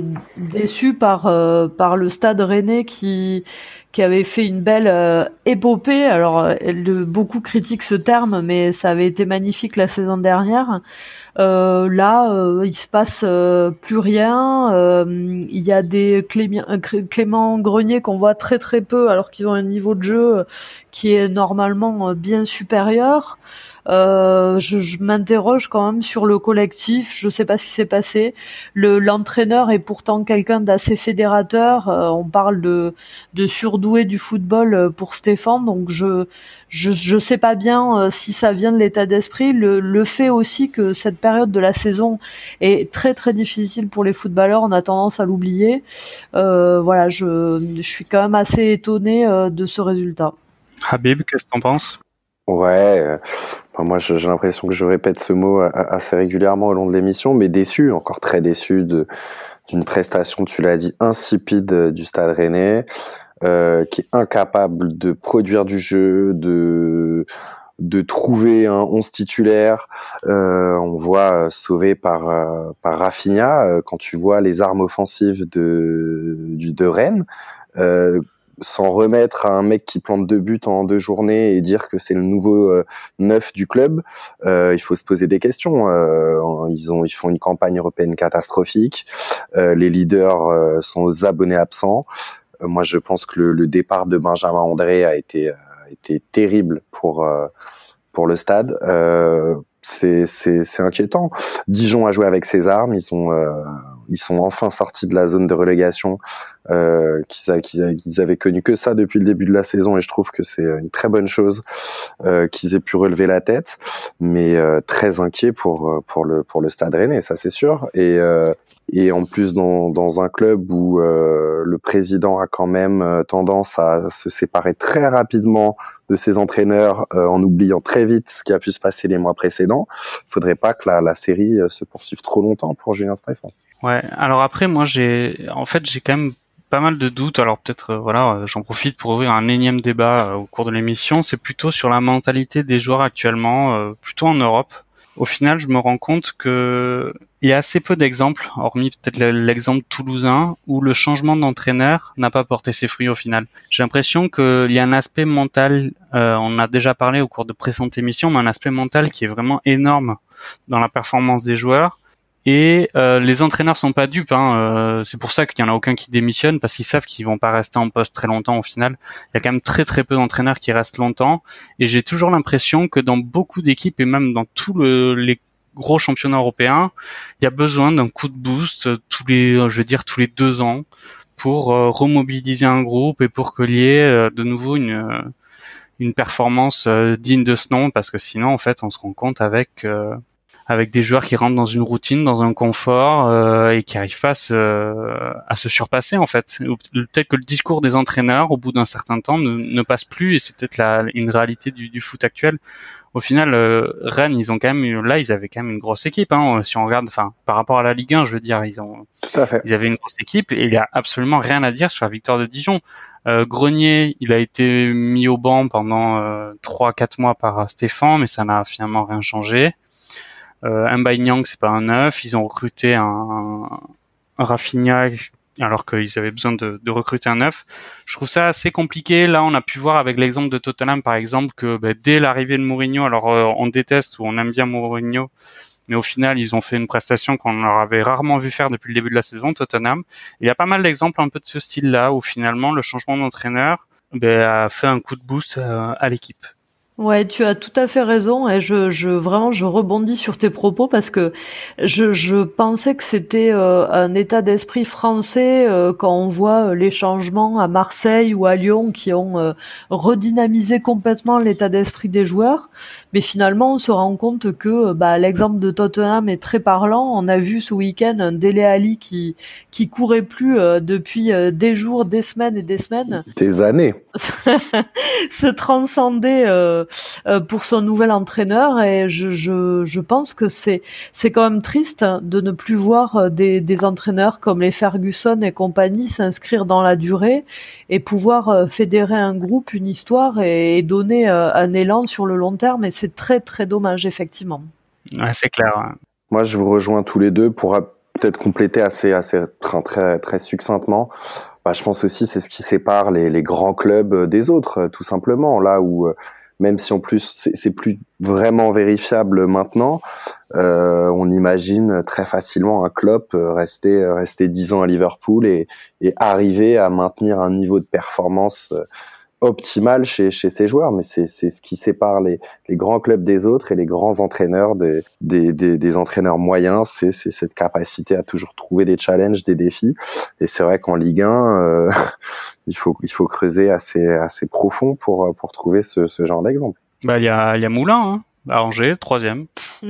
déçu par le Stade Rennais qui avait fait une belle épopée. Alors, beaucoup critiquent ce terme, mais ça avait été magnifique la saison dernière. Là, il se passe plus rien. Il y a des Clément Grenier qu'on voit très très peu, alors qu'ils ont un niveau de jeu qui est normalement bien supérieur. Je m'interroge quand même sur le collectif. Je sais pas ce qui s'est passé. L'entraîneur est pourtant quelqu'un d'assez fédérateur. On parle de surdoué du football pour Stéphane, donc je sais pas bien si ça vient de l'état d'esprit. Le fait aussi que cette période de la saison est très très difficile pour les footballeurs, on a tendance à l'oublier. Voilà, je suis quand même assez étonné de ce résultat. Habib, qu'est-ce que t'en penses? Ouais, moi j'ai l'impression que je répète ce mot assez régulièrement au long de l'émission, mais déçu, encore très déçu d'une prestation, tu l'as dit, insipide du Stade Rennais, qui est incapable de produire du jeu, de trouver un 11 titulaire. On voit sauvé par Rafinha, quand tu vois les armes offensives de Rennes. S'en remettre à un mec qui plante 2 buts en 2 journées et dire que c'est le nouveau neuf du club, il faut se poser des questions. Ils font une campagne européenne catastrophique. Les leaders sont aux abonnés absents. Moi, je pense que le départ de Benjamin André a été terrible pour le stade. C'est inquiétant. Dijon a joué avec ses armes. Ils sont enfin sortis de la zone de relégation, qu'ils avaient connu que ça depuis le début de la saison, et je trouve que c'est une très bonne chose qu'ils aient pu relever la tête, mais très inquiet pour le Stade Rennais, ça c'est sûr. Et en plus dans un club où le président a quand même tendance à se séparer très rapidement de ses entraîneurs, en oubliant très vite ce qui a pu se passer les mois précédents. Faudrait pas que la série se poursuive trop longtemps pour Julien Stéphan. Ouais, alors après moi j'ai quand même pas mal de doutes. Alors peut-être j'en profite pour ouvrir un énième débat au cours de l'émission. C'est plutôt sur la mentalité des joueurs actuellement, plutôt en Europe. Au final, je me rends compte que il y a assez peu d'exemples, hormis peut-être l'exemple toulousain, où le changement d'entraîneur n'a pas porté ses fruits au final. J'ai l'impression qu'il y a un aspect mental, on a déjà parlé au cours de précédentes émissions, mais un aspect mental qui est vraiment énorme dans la performance des joueurs. Et les entraîneurs sont pas dupes, c'est pour ça qu'il y en a aucun qui démissionne, parce qu'ils savent qu'ils vont pas rester en poste très longtemps au final. Il y a quand même très très peu d'entraîneurs qui restent longtemps, et j'ai toujours l'impression que dans beaucoup d'équipes, et même dans tous les gros championnats européens, il y a besoin d'un coup de boost tous les 2 ans pour remobiliser un groupe et pour qu'il y ait de nouveau une performance digne de ce nom, parce que sinon en fait on se rend compte avec avec des joueurs qui rentrent dans une routine, dans un confort et qui arrivent pas à se surpasser en fait. Peut-être que le discours des entraîneurs au bout d'un certain temps ne passe plus et c'est peut-être une réalité du foot actuel. Au final, Rennes, ils avaient quand même une grosse équipe. Hein, si on regarde, enfin, par rapport à la Ligue 1, je veux dire, Tout à fait. Ils avaient une grosse équipe et il y a absolument rien à dire sur la victoire de Dijon. Grenier, il a été mis au banc pendant 3-4 mois par Stéphane, mais ça n'a finalement rien changé. Mbaye Niang, c'est pas un neuf. Ils ont recruté un Rafinha alors qu'ils avaient besoin de recruter un neuf. Je trouve ça assez compliqué. Là, on a pu voir avec l'exemple de Tottenham, par exemple, que dès l'arrivée de Mourinho, alors on déteste ou on aime bien Mourinho, mais au final, ils ont fait une prestation qu'on leur avait rarement vu faire depuis le début de la saison, Tottenham. Il y a pas mal d'exemples un peu de ce style-là, où finalement, le changement d'entraîneur a fait un coup de boost à l'équipe. Ouais, tu as tout à fait raison et je rebondis sur tes propos parce que je pensais que c'était un état d'esprit français quand on voit les changements à Marseille ou à Lyon qui ont redynamisé complètement l'état d'esprit des joueurs. Mais finalement, on se rend compte que l'exemple de Tottenham est très parlant. On a vu ce week-end un Dele Alli qui courait plus depuis des jours, des semaines et des semaines. Des années. Se transcender pour son nouvel entraîneur et je pense que c'est quand même triste de ne plus voir des entraîneurs comme les Ferguson et compagnie s'inscrire dans la durée et pouvoir fédérer un groupe, une histoire et donner un élan sur le long terme et c'est très très dommage effectivement. Ouais, c'est clair. Ouais. Moi je vous rejoins tous les deux pour peut-être compléter assez très très succinctement. Je pense aussi c'est ce qui sépare les grands clubs des autres, tout simplement. Là où même si en plus c'est plus vraiment vérifiable maintenant, on imagine très facilement un Klopp rester 10 ans à Liverpool et arriver à maintenir un niveau de performance optimal chez ses joueurs, mais c'est ce qui sépare les grands clubs des autres et les grands entraîneurs des entraîneurs moyens, c'est cette capacité à toujours trouver des challenges, des défis. Et c'est vrai qu'en Ligue 1, il faut creuser assez profond pour trouver ce genre d'exemple. Il y a Moulin, à Angers, 3e.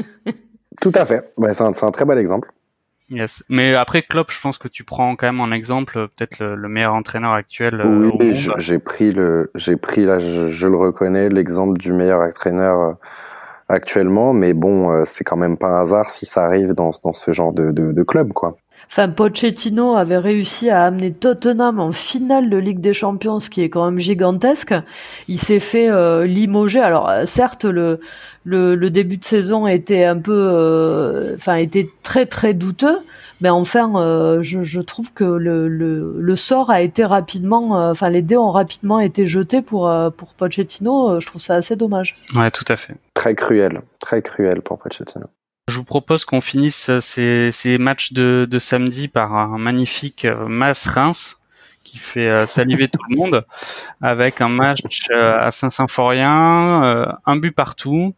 Tout à fait. C'est un très bon exemple. Yes. Mais après Klopp, je pense que tu prends quand même en exemple peut-être le meilleur entraîneur actuel au monde. J'ai pris là, je le reconnais, l'exemple du meilleur entraîneur actuellement, mais bon, c'est quand même pas un hasard si ça arrive dans ce genre de club, quoi. Enfin, Pochettino avait réussi à amener Tottenham en finale de Ligue des Champions, ce qui est quand même gigantesque. Il s'est fait limoger. Alors, certes, le début de saison était un peu, était très très douteux. Mais enfin, je trouve que le sort a été rapidement, les dés ont rapidement été jetés pour Pochettino. Je trouve ça assez dommage. Ouais, tout à fait. Très cruel pour Pochettino. Je vous propose qu'on finisse ces matchs de samedi par un magnifique Metz-Reims qui fait saliver tout le monde, avec un match à Saint-Symphorien, un but partout,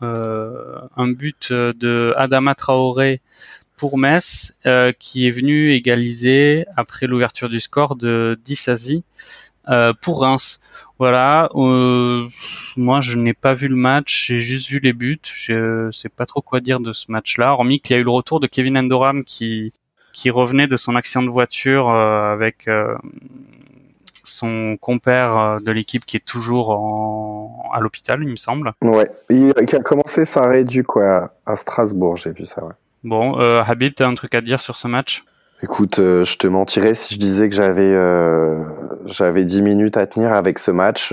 un but de Adama Traoré pour Metz, qui est venu égaliser après l'ouverture du score de Disasi pour Reims. Voilà, moi je n'ai pas vu le match, j'ai juste vu les buts, je sais pas trop quoi dire de ce match-là, hormis qu'il y a eu le retour de Kevin Endoram qui revenait de son accident de voiture avec son compère de l'équipe qui est toujours à l'hôpital, il me semble. Ouais, il a commencé sa réédu à Strasbourg, j'ai vu ça, ouais. Bon, Habib, t'as un truc à dire sur ce match ? Écoute, je te mentirais si je disais que j'avais 10 minutes à tenir avec ce match.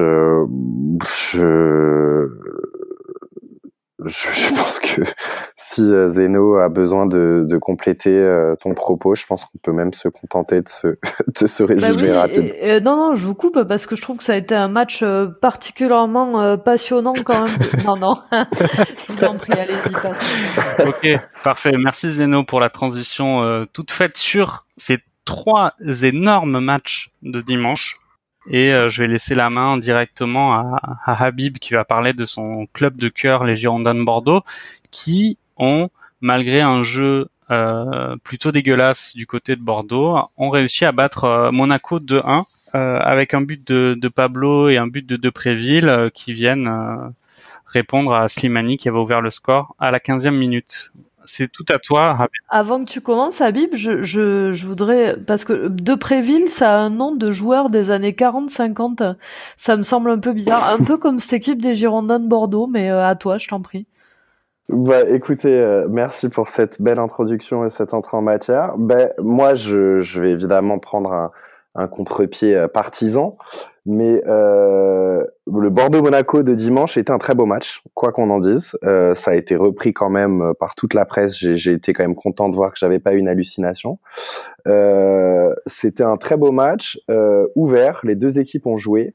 Je pense que si Zeno a besoin de compléter ton propos, je pense qu'on peut même se contenter de se résumer rapide. Non, je vous coupe parce que je trouve que ça a été un match particulièrement passionnant quand même. Non, je vous en prie, allez-y, passez. Ok, parfait. Merci Zeno pour la transition toute faite sur ces 3 énormes matchs de dimanche. Et je vais laisser la main directement à Habib qui va parler de son club de cœur, les Girondins de Bordeaux, qui ont, malgré un jeu plutôt dégueulasse du côté de Bordeaux, ont réussi à battre Monaco 2-1 avec un but de Pablo et un but de Depréville qui viennent répondre à Slimani qui avait ouvert le score à la 15e minute. C'est tout à toi, Habib. Avant que tu commences, Habib, je voudrais, parce que Depréville, ça a un nom de joueur des années 40-50. Ça me semble un peu bizarre. Un peu comme cette équipe des Girondins de Bordeaux, mais à toi, je t'en prie. Bah, écoutez, merci pour cette belle introduction et cette entrée en matière. Ben, moi, je vais évidemment prendre un contre-pied partisan, mais le Bordeaux-Monaco de dimanche était un très beau match, quoi qu'on en dise. Ça a été repris quand même par toute la presse. J'ai été quand même content de voir que j'avais pas eu une hallucination. C'était un très beau match, ouvert. Les deux équipes ont joué.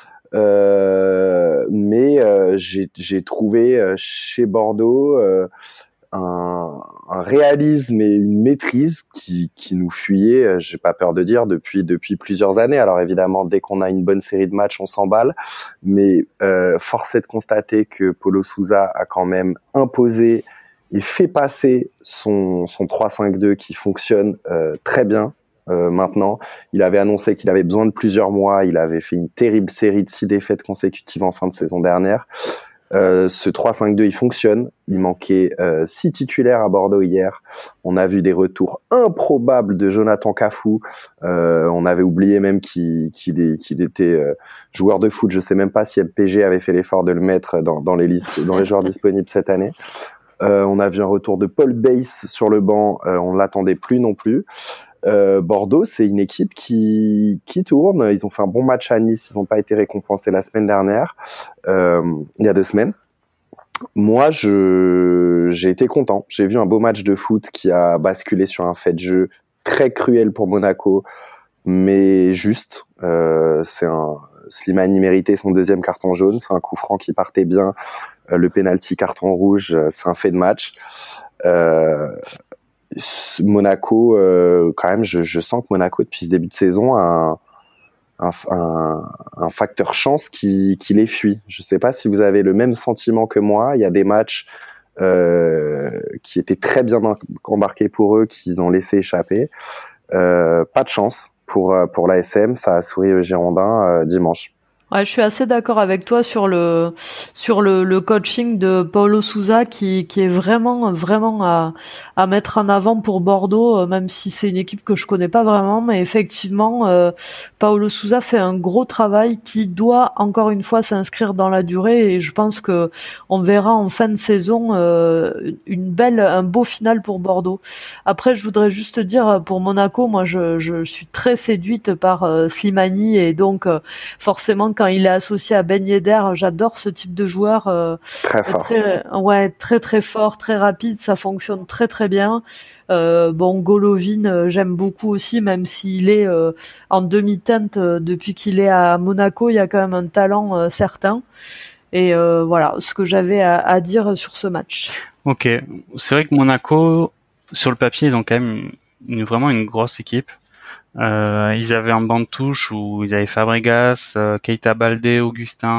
Mais j'ai trouvé chez Bordeaux un réalisme et une maîtrise qui nous fuyait, j'ai pas peur de dire, depuis plusieurs années. Alors évidemment, dès qu'on a une bonne série de matchs, on s'emballe, mais force est de constater que Paulo Sousa a quand même imposé et fait passer son 3-5-2 qui fonctionne très bien. Maintenant, il avait annoncé qu'il avait besoin de plusieurs mois. Il avait fait une terrible série de 6 défaites consécutives en fin de saison dernière. Ce 3-5-2, il fonctionne. Il manquait 6 titulaires à Bordeaux hier. On a vu des retours improbables de Jonathan Cafou. On avait oublié même qu'il était joueur de foot. Je sais même pas si MPG avait fait l'effort de le mettre dans les listes, dans les joueurs disponibles cette année. On a vu un retour de Paul Bass sur le banc. On l'attendait plus non plus. Bordeaux, c'est une équipe qui tourne. Ils ont fait un bon match à Nice. Ils n'ont pas été récompensés la semaine dernière, il y a 2 semaines. Moi, j'ai été content. J'ai vu un beau match de foot qui a basculé sur un fait de jeu très cruel pour Monaco, mais juste. Slimani méritait son 2e carton jaune. C'est un coup franc qui partait bien. Le penalty carton rouge, c'est un fait de match. Monaco, quand même, je sens que Monaco, depuis ce début de saison, a un facteur chance qui les fuit. Je ne sais pas si vous avez le même sentiment que moi. Il y a des matchs qui étaient très bien embarqués pour eux, qu'ils ont laissé échapper. Pas de chance pour l'ASM. Ça a souri aux Girondins dimanche. Ouais, je suis assez d'accord avec toi sur le coaching de Paulo Sousa qui est vraiment à mettre en avant pour Bordeaux, même si c'est une équipe que je connais pas vraiment, mais effectivement Paulo Sousa fait un gros travail qui doit encore une fois s'inscrire dans la durée, et je pense que on verra en fin de saison un beau final pour Bordeaux. Après, je voudrais juste dire pour Monaco, moi je suis très séduite par Slimani, et donc forcément quand il est associé à Ben Yedder, j'adore ce type de joueur. Très fort. Très fort, très rapide, ça fonctionne très très bien. Golovin, j'aime beaucoup aussi, même s'il est en demi-teinte depuis qu'il est à Monaco, il y a quand même un talent certain. Et voilà ce que j'avais à dire sur ce match. Ok, c'est vrai que Monaco, sur le papier, ils ont quand même vraiment une grosse équipe. Ils avaient un banc de touche où ils avaient Fabregas, Keita Baldé, Augustin,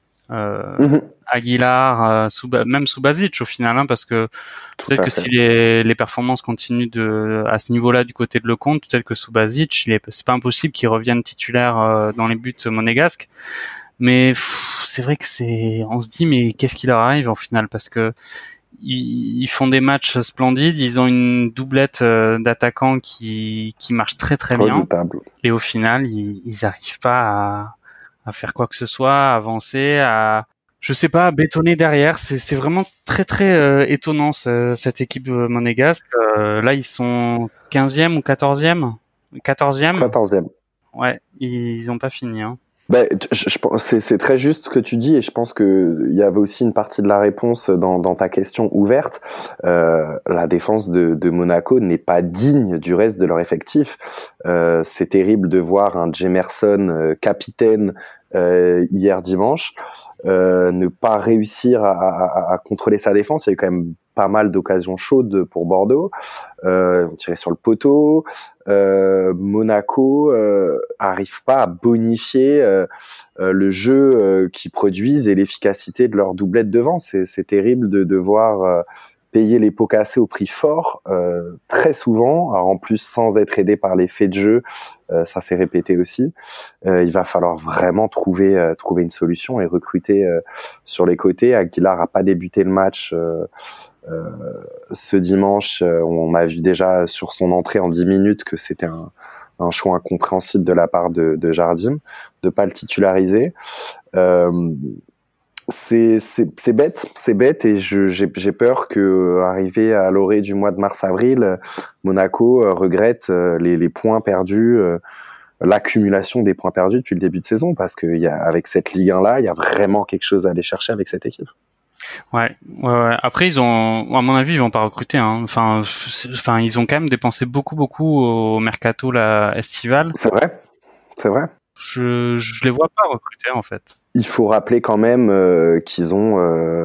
Aguilar, même Subasic au final, hein, parce que peut-être que si les performances continuent à ce niveau-là du côté de Lecomte, peut-être que Subasic, c'est pas impossible qu'il revienne titulaire dans les buts monégasques. Mais c'est vrai que on se dit mais qu'est-ce qui leur arrive en final, parce que ils font des matchs splendides, ils ont une doublette d'attaquants qui marche très très bien, et au final ils arrivent pas à faire quoi que ce soit, à avancer, je sais pas, à bétonner derrière. C'est vraiment très très étonnant cette équipe monégasque. Là ils sont 15e ou 14e. 14e. Ouais, ils ont pas fini, hein. Ben, c'est très juste ce que tu dis, et je pense que il y avait aussi une partie de la réponse dans ta question ouverte. La défense de Monaco n'est pas digne du reste de leur effectif. C'est terrible de voir un Jemerson capitaine hier dimanche ne pas réussir à contrôler sa défense. Il y a eu quand même pas mal d'occasions chaudes pour Bordeaux. Tiré sur le poteau. Monaco arrive pas à bonifier le jeu qu'ils produisent et l'efficacité de leur doublette devant. C'est terrible de voir payer les pots cassés au prix fort, très souvent. Alors en plus, sans être aidé par les faits de jeu, ça s'est répété aussi. Il va falloir vraiment trouver une solution et recruter sur les côtés. Aguilar a pas débuté le match ce dimanche. On a vu déjà sur son entrée en 10 minutes que c'était un choix incompréhensible de la part de Jardim de pas le titulariser. C'est bête et j'ai peur que arrivé à l'orée du mois de mars-avril, Monaco regrette les points perdus, l'accumulation des points perdus depuis le début de saison, parce que avec cette Ligue 1 là, il y a vraiment quelque chose à aller chercher avec cette équipe. Ouais. Après, à mon avis, ils vont pas recruter, hein. Enfin, ils ont quand même dépensé beaucoup au mercato là estival. C'est vrai. Je les vois pas recruter en fait. Il faut rappeler quand même qu'ils ont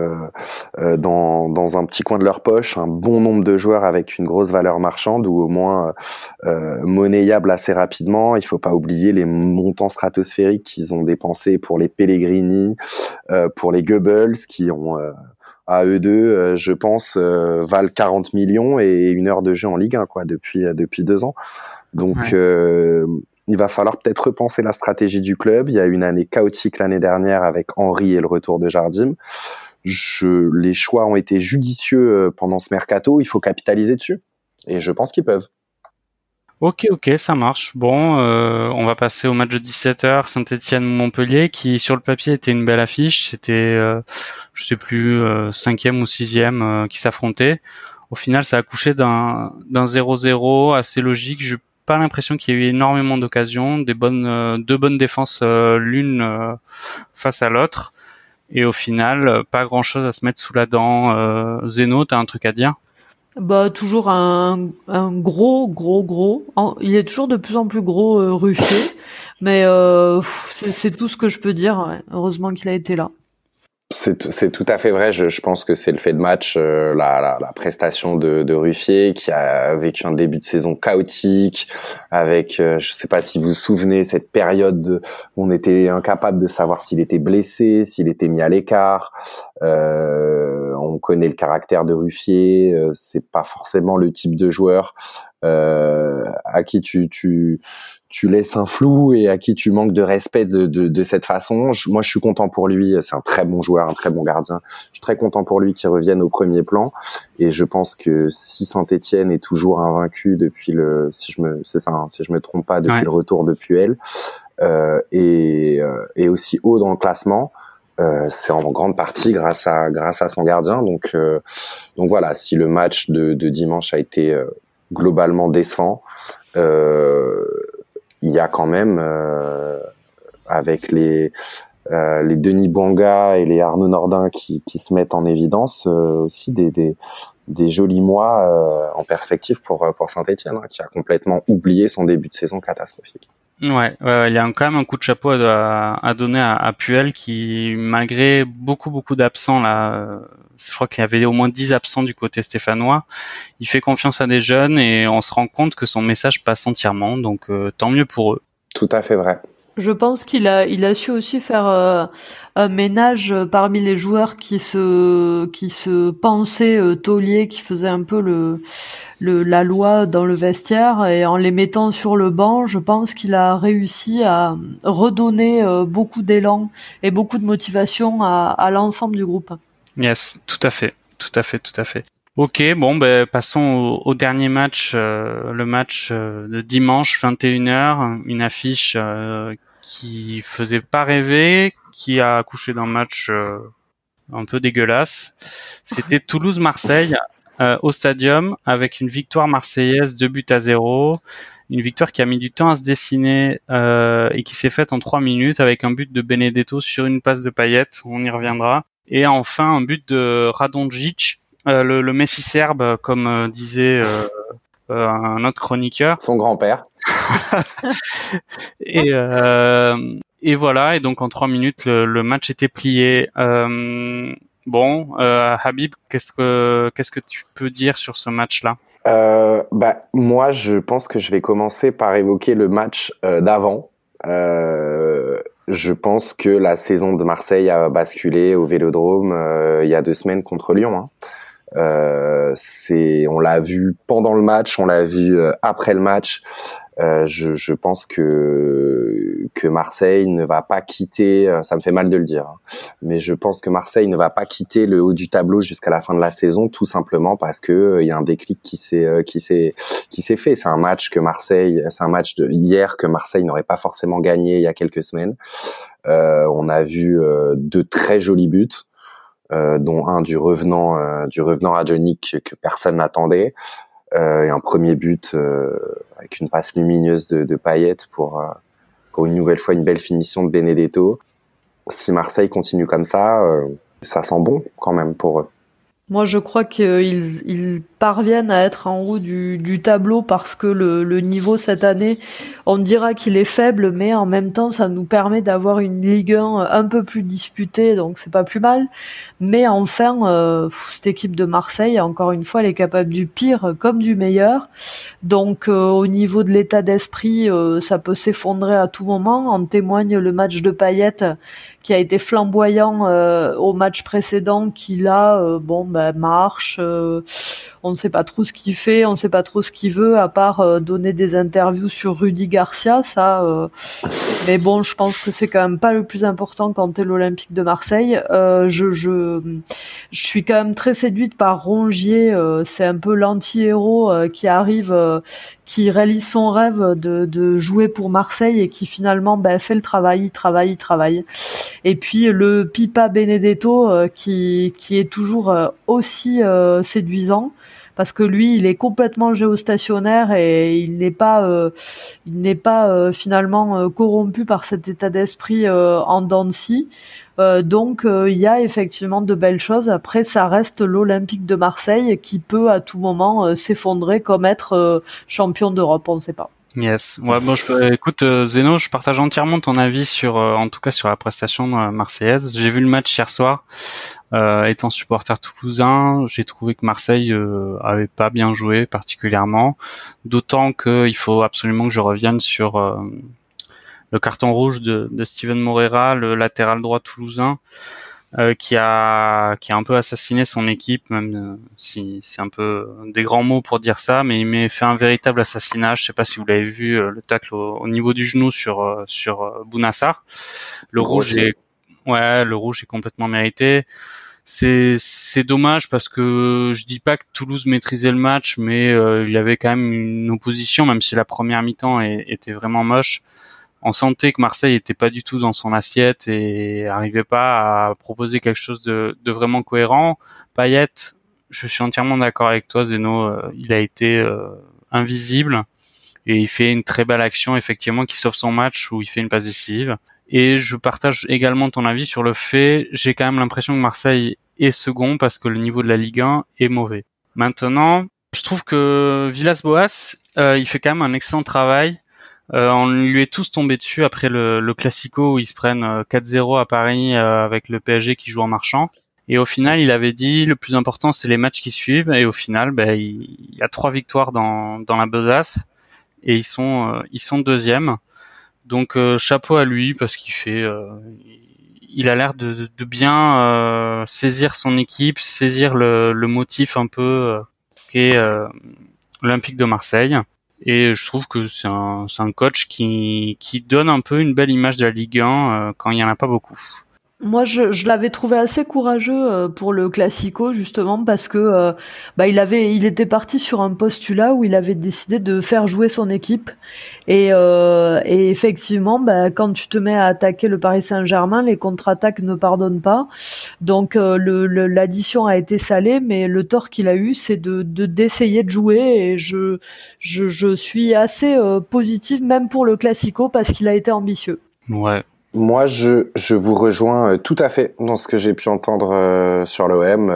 dans un petit coin de leur poche un bon nombre de joueurs avec une grosse valeur marchande ou au moins monnayables assez rapidement. Il faut pas oublier les montants stratosphériques qu'ils ont dépensés pour les Pellegrini, pour les Goebbels qui ont à eux deux, je pense, valent 40 millions et une heure de jeu en Ligue 1 quoi depuis 2 ans. Donc il va falloir peut-être repenser la stratégie du club. Il y a une année chaotique l'année dernière avec Henry et le retour de Jardim. Les choix ont été judicieux pendant ce mercato. Il faut capitaliser dessus. Et je pense qu'ils peuvent. Ok, ça marche. Bon, on va passer au match de 17h, Saint-Étienne-Montpellier, qui sur le papier était une belle affiche. C'était, je sais plus, 5e ou 6e qui s'affrontaient. Au final, ça a accouché d'un 0-0 assez logique. J'ai pas l'impression qu'il y a eu énormément d'occasions, deux bonnes défenses l'une face à l'autre. Et au final, pas grand-chose à se mettre sous la dent. Zeno, t'as un truc à dire ? Bah toujours un gros. Il est toujours de plus en plus gros Ruffier, mais c'est tout ce que je peux dire. Ouais. Heureusement qu'il a été là. C'est tout à fait vrai. Je pense que c'est le fait de match, la prestation de Ruffier qui a vécu un début de saison chaotique avec, je sais pas si vous vous souvenez, cette période où on était incapable de savoir s'il était blessé, s'il était mis à l'écart. On connaît le caractère de Ruffier. C'est pas forcément le type de joueur à qui tu laisses un flou et à qui tu manques de respect de cette façon. Moi, je suis content pour lui. C'est un très bon joueur, un très bon gardien. Je suis très content pour lui qu'il revienne au premier plan. Et je pense que si Saint-Étienne est toujours invaincu depuis si je me trompe pas, depuis le retour de Puel, et aussi haut dans le classement, c'est en grande partie grâce à son gardien. Donc voilà, si le match de dimanche a été globalement décevant, il y a quand même avec les Denis Bouanga et les Arnaud Nordin qui se mettent en évidence aussi des jolis mois en perspective pour Saint-Étienne, qui a complètement oublié son début de saison catastrophique. Ouais, il y a quand même un coup de chapeau à donner à Puel qui, malgré beaucoup d'absents là, je crois qu'il y avait au moins 10 absents du côté stéphanois, il fait confiance à des jeunes et on se rend compte que son message passe entièrement, donc tant mieux pour eux. Tout à fait vrai. Je pense qu'il a su aussi faire un ménage parmi les joueurs qui se pensaient tauliers, qui faisaient un peu la loi dans le vestiaire, et en les mettant sur le banc, je pense qu'il a réussi à redonner beaucoup d'élan et beaucoup de motivation à l'ensemble du groupe. Yes, tout à fait. Ok, bon, passons au dernier match, le match de dimanche 21h, une affiche qui faisait pas rêver, qui a accouché d'un match un peu dégueulasse. C'était Toulouse-Marseille au Stadium avec une victoire marseillaise 2-0, une victoire qui a mis du temps à se dessiner et qui s'est faite en 3 minutes avec un but de Benedetto sur une passe de Payet, on y reviendra, et enfin un but de Radonjic, le Messi serbe, comme disait un autre chroniqueur. Son grand-père. Et voilà, et donc en 3 minutes, le match était plié. Habib, qu'est-ce que tu peux dire sur ce match-là? Moi, je pense que je vais commencer par évoquer le match d'avant. Je pense que la saison de Marseille a basculé au Vélodrome il y a 2 semaines contre Lyon. On l'a vu pendant le match, on l'a vu après le match. Je pense que Marseille ne va pas quitter, ça me fait mal de le dire, hein, mais je pense que Marseille ne va pas quitter le haut du tableau jusqu'à la fin de la saison, tout simplement parce que il y a un déclic qui s'est fait. C'est un match de hier que Marseille n'aurait pas forcément gagné il y a quelques semaines. On a vu de très jolis buts, dont un du revenant Radonić que personne n'attendait. Et un premier but avec une passe lumineuse de Payet pour une nouvelle fois une belle finition de Benedetto. Si Marseille continue comme ça sent bon quand même pour eux. Moi, je crois qu'ils parviennent à être en haut du tableau parce que le niveau cette année, on dira qu'il est faible, mais en même temps, ça nous permet d'avoir une Ligue 1 un peu plus disputée, donc c'est pas plus mal. Mais enfin, cette équipe de Marseille, encore une fois, elle est capable du pire comme du meilleur. Donc, au niveau de l'état d'esprit, ça peut s'effondrer à tout moment. En témoigne le match de Payet, qui a été flamboyant au match précédent, qui là, marche. On ne sait pas trop ce qu'il fait, on ne sait pas trop ce qu'il veut, à part donner des interviews sur Rudy Garcia, ça. Mais bon, je pense que c'est quand même pas le plus important quand t'es l'Olympique de Marseille. Je suis quand même très séduite par Rongier. C'est un peu l'anti-héros qui arrive, qui réalise son rêve de jouer pour Marseille et qui finalement fait le travail, il travaille. Et puis le Pipa Benedetto qui est toujours aussi séduisant, parce que lui, il est complètement géostationnaire et il n'est pas finalement corrompu par cet état d'esprit en dents de scie. Donc il y a effectivement de belles choses. Après, ça reste l'Olympique de Marseille qui peut à tout moment s'effondrer comme être champion d'Europe, on ne sait pas. Yes. Ouais, bon, écoute, Zeno, je partage entièrement ton avis sur, en tout cas sur la prestation marseillaise. J'ai vu le match hier soir. Étant supporter toulousain, j'ai trouvé que Marseille avait pas bien joué particulièrement. D'autant que il faut absolument que je revienne sur le carton rouge de Steven Moreira, le latéral droit toulousain, qui a un peu assassiné son équipe, même si c'est un peu des grands mots pour dire ça, mais il m'a fait un véritable assassinat. Je sais pas si vous l'avez vu, le tacle au niveau du genou sur Bounassar. Le rouge est complètement mérité. C'est dommage parce que je dis pas que Toulouse maîtrisait le match, mais il y avait quand même une opposition, même si la première mi-temps était vraiment moche. On sentait que Marseille était pas du tout dans son assiette et arrivait pas à proposer quelque chose de vraiment cohérent. Payet, je suis entièrement d'accord avec toi, Zeno. Il a été invisible et il fait une très belle action, effectivement, qui sauve son match où il fait une passe décisive. Et je partage également ton avis sur le fait, j'ai quand même l'impression que Marseille est second parce que le niveau de la Ligue 1 est mauvais. Maintenant, je trouve que Villas-Boas, il fait quand même un excellent travail. On lui est tous tombés dessus après le Classico où ils se prennent 4-0 à Paris avec le PSG qui joue en marchant. Et au final, il avait dit le plus important c'est les matchs qui suivent. Et au final, il y a 3 victoires dans la besace et ils sont deuxièmes. Donc chapeau à lui parce il a l'air de bien saisir son équipe, saisir le motif un peu qu'est l'Olympique de Marseille. Et je trouve que c'est un coach qui donne un peu une belle image de la Ligue 1 quand il y en a pas beaucoup. Moi, je l'avais trouvé assez courageux pour le Classico, justement, parce que il était parti sur un postulat où il avait décidé de faire jouer son équipe. Et effectivement, quand tu te mets à attaquer le Paris Saint-Germain, les contre-attaques ne pardonnent pas. Donc l'addition a été salée, mais le tort qu'il a eu, c'est d'essayer de jouer. Et je suis assez positive, même pour le Classico, parce qu'il a été ambitieux. Ouais. Moi, je vous rejoins tout à fait dans ce que j'ai pu entendre sur l'OM,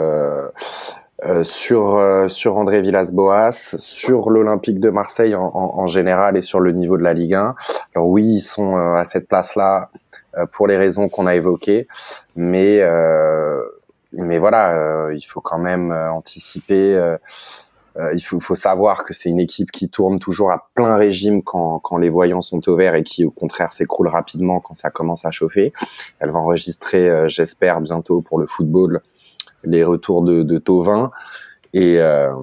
sur André Villas-Boas, sur l'Olympique de Marseille en général et sur le niveau de la Ligue 1. Alors oui, ils sont à cette place-là pour les raisons qu'on a évoquées, mais voilà, il faut quand même anticiper. Il faut savoir que c'est une équipe qui tourne toujours à plein régime quand les voyants sont au vert et qui au contraire s'écroule rapidement quand ça commence à chauffer. Elle va enregistrer, j'espère bientôt pour le football, les retours de Thauvin et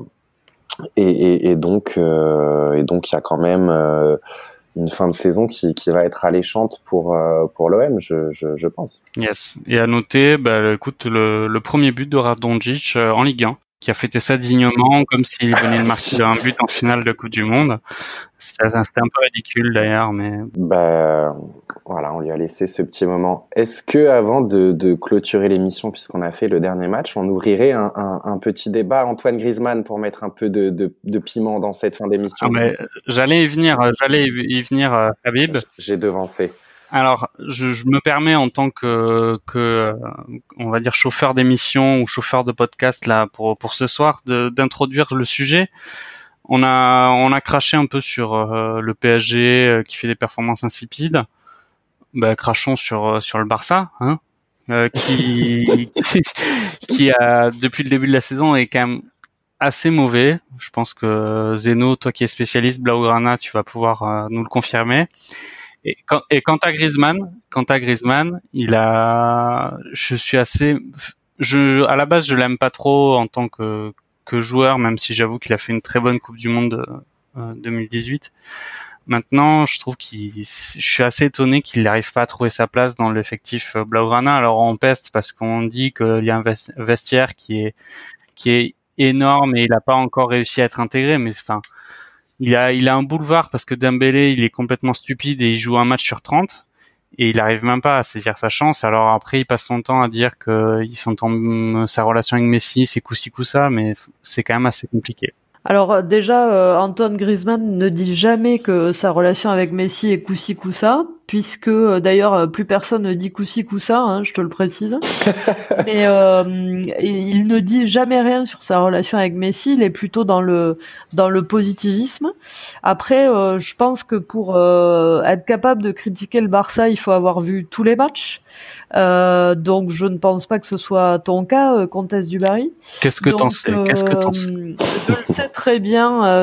donc il y a quand même une fin de saison qui va être alléchante pour l'OM, je pense. Yes. Et à noter, écoute, le premier but de Radonjic en Ligue 1, qui a fêté ça dignement, comme s'il venait de marquer un but en finale de Coupe du Monde. C'était un peu ridicule d'ailleurs, mais... Voilà, on lui a laissé ce petit moment. Est-ce que, avant de clôturer l'émission, puisqu'on a fait le dernier match, on ouvrirait un petit débat Antoine Griezmann pour mettre un peu de piment dans cette fin d'émission? Mais j'allais y venir, Habib. J'ai devancé. Alors, je me permets en tant que on va dire chauffeur d'émission ou chauffeur de podcast là pour ce soir d'introduire le sujet. On a craché un peu sur le PSG qui fait des performances insipides. Crachons sur le Barça, hein, qui a depuis le début de la saison est quand même assez mauvais. Je pense que Zeno, toi qui es spécialiste Blaugrana, tu vas pouvoir nous le confirmer. Et quant à Griezmann, à la base, je l'aime pas trop en tant que joueur, même si j'avoue qu'il a fait une très bonne Coupe du Monde 2018. Maintenant, je suis assez étonné qu'il n'arrive pas à trouver sa place dans l'effectif Blaugrana. Alors on peste parce qu'on dit qu'il y a un vestiaire qui est énorme et il n'a pas encore réussi à être intégré, mais enfin, il a un boulevard parce que Dembélé, il est complètement stupide et il joue un match sur 30 et il arrive même pas à saisir sa chance. Alors après, il passe son temps à dire que sa relation avec Messi, c'est coup-ci coup-ça, mais c'est quand même assez compliqué. Alors déjà, Antoine Griezmann ne dit jamais que sa relation avec Messi est coup-ci coup-ça, puisque d'ailleurs plus personne ne dit coup-ci coup-ça, hein, je te le précise. Mais il ne dit jamais rien sur sa relation avec Messi, il est plutôt dans le positivisme. Après, je pense que pour être capable de critiquer le Barça, il faut avoir vu tous les matchs. Donc je ne pense pas que ce soit ton cas, Comtesse du Barry. Qu'est-ce que t'en sais? Je le sais très bien.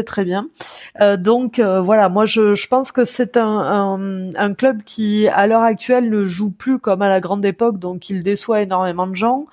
Voilà, moi je pense que c'est un club qui à l'heure actuelle ne joue plus comme à la grande époque, donc il déçoit énormément de gens.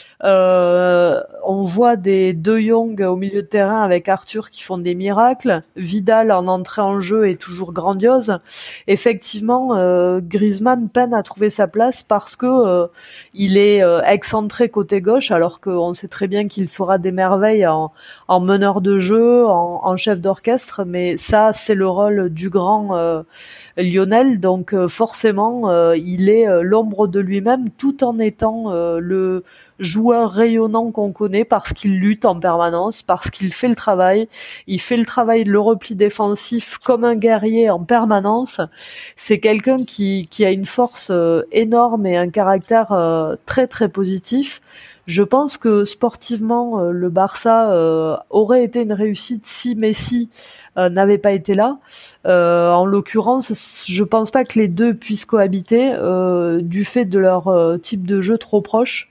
On voit des De Jong au milieu de terrain avec Arthur qui font des miracles. Vidal en entrée en jeu est toujours grandiose. Effectivement, Griezmann peine à trouver sa place parce que il est excentré côté gauche, alors qu'on sait très bien qu'il fera des merveilles en meneur de jeu, en chef d'orchestre. Mais ça, c'est le rôle du grand Lionel. Donc forcément, il est l'ombre de lui-même, tout en étant le joueur rayonnant qu'on connaît parce qu'il lutte en permanence, parce qu'il fait le travail. Il fait le travail de le repli défensif comme un guerrier en permanence. C'est quelqu'un qui a une force énorme et un caractère très très positif. Je pense que sportivement, le Barça aurait été une réussite si Messi n'avait pas été là. En l'occurrence, je pense pas que les deux puissent cohabiter du fait de leur type de jeu trop proche.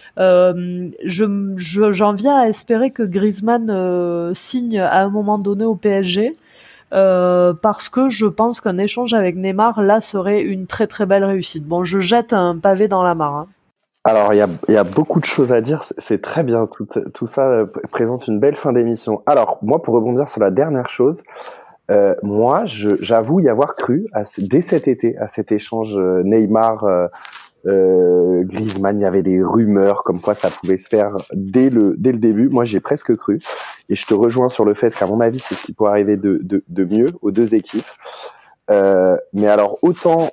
J'en viens à espérer que Griezmann signe à un moment donné au PSG parce que je pense qu'un échange avec Neymar là serait une très très belle réussite. Bon, je jette un pavé dans la mare. Hein. Alors, il y a beaucoup de choses à dire, c'est très bien, tout ça présente une belle fin d'émission. Alors, moi, pour rebondir sur la dernière chose, moi, j'avoue y avoir cru dès cet été à cet échange Neymar Griezmann. Il y avait des rumeurs comme quoi ça pouvait se faire dès le début. Moi, j'ai presque cru, et je te rejoins sur le fait qu'à mon avis, c'est ce qui pourrait arriver de mieux aux deux équipes. Mais alors, autant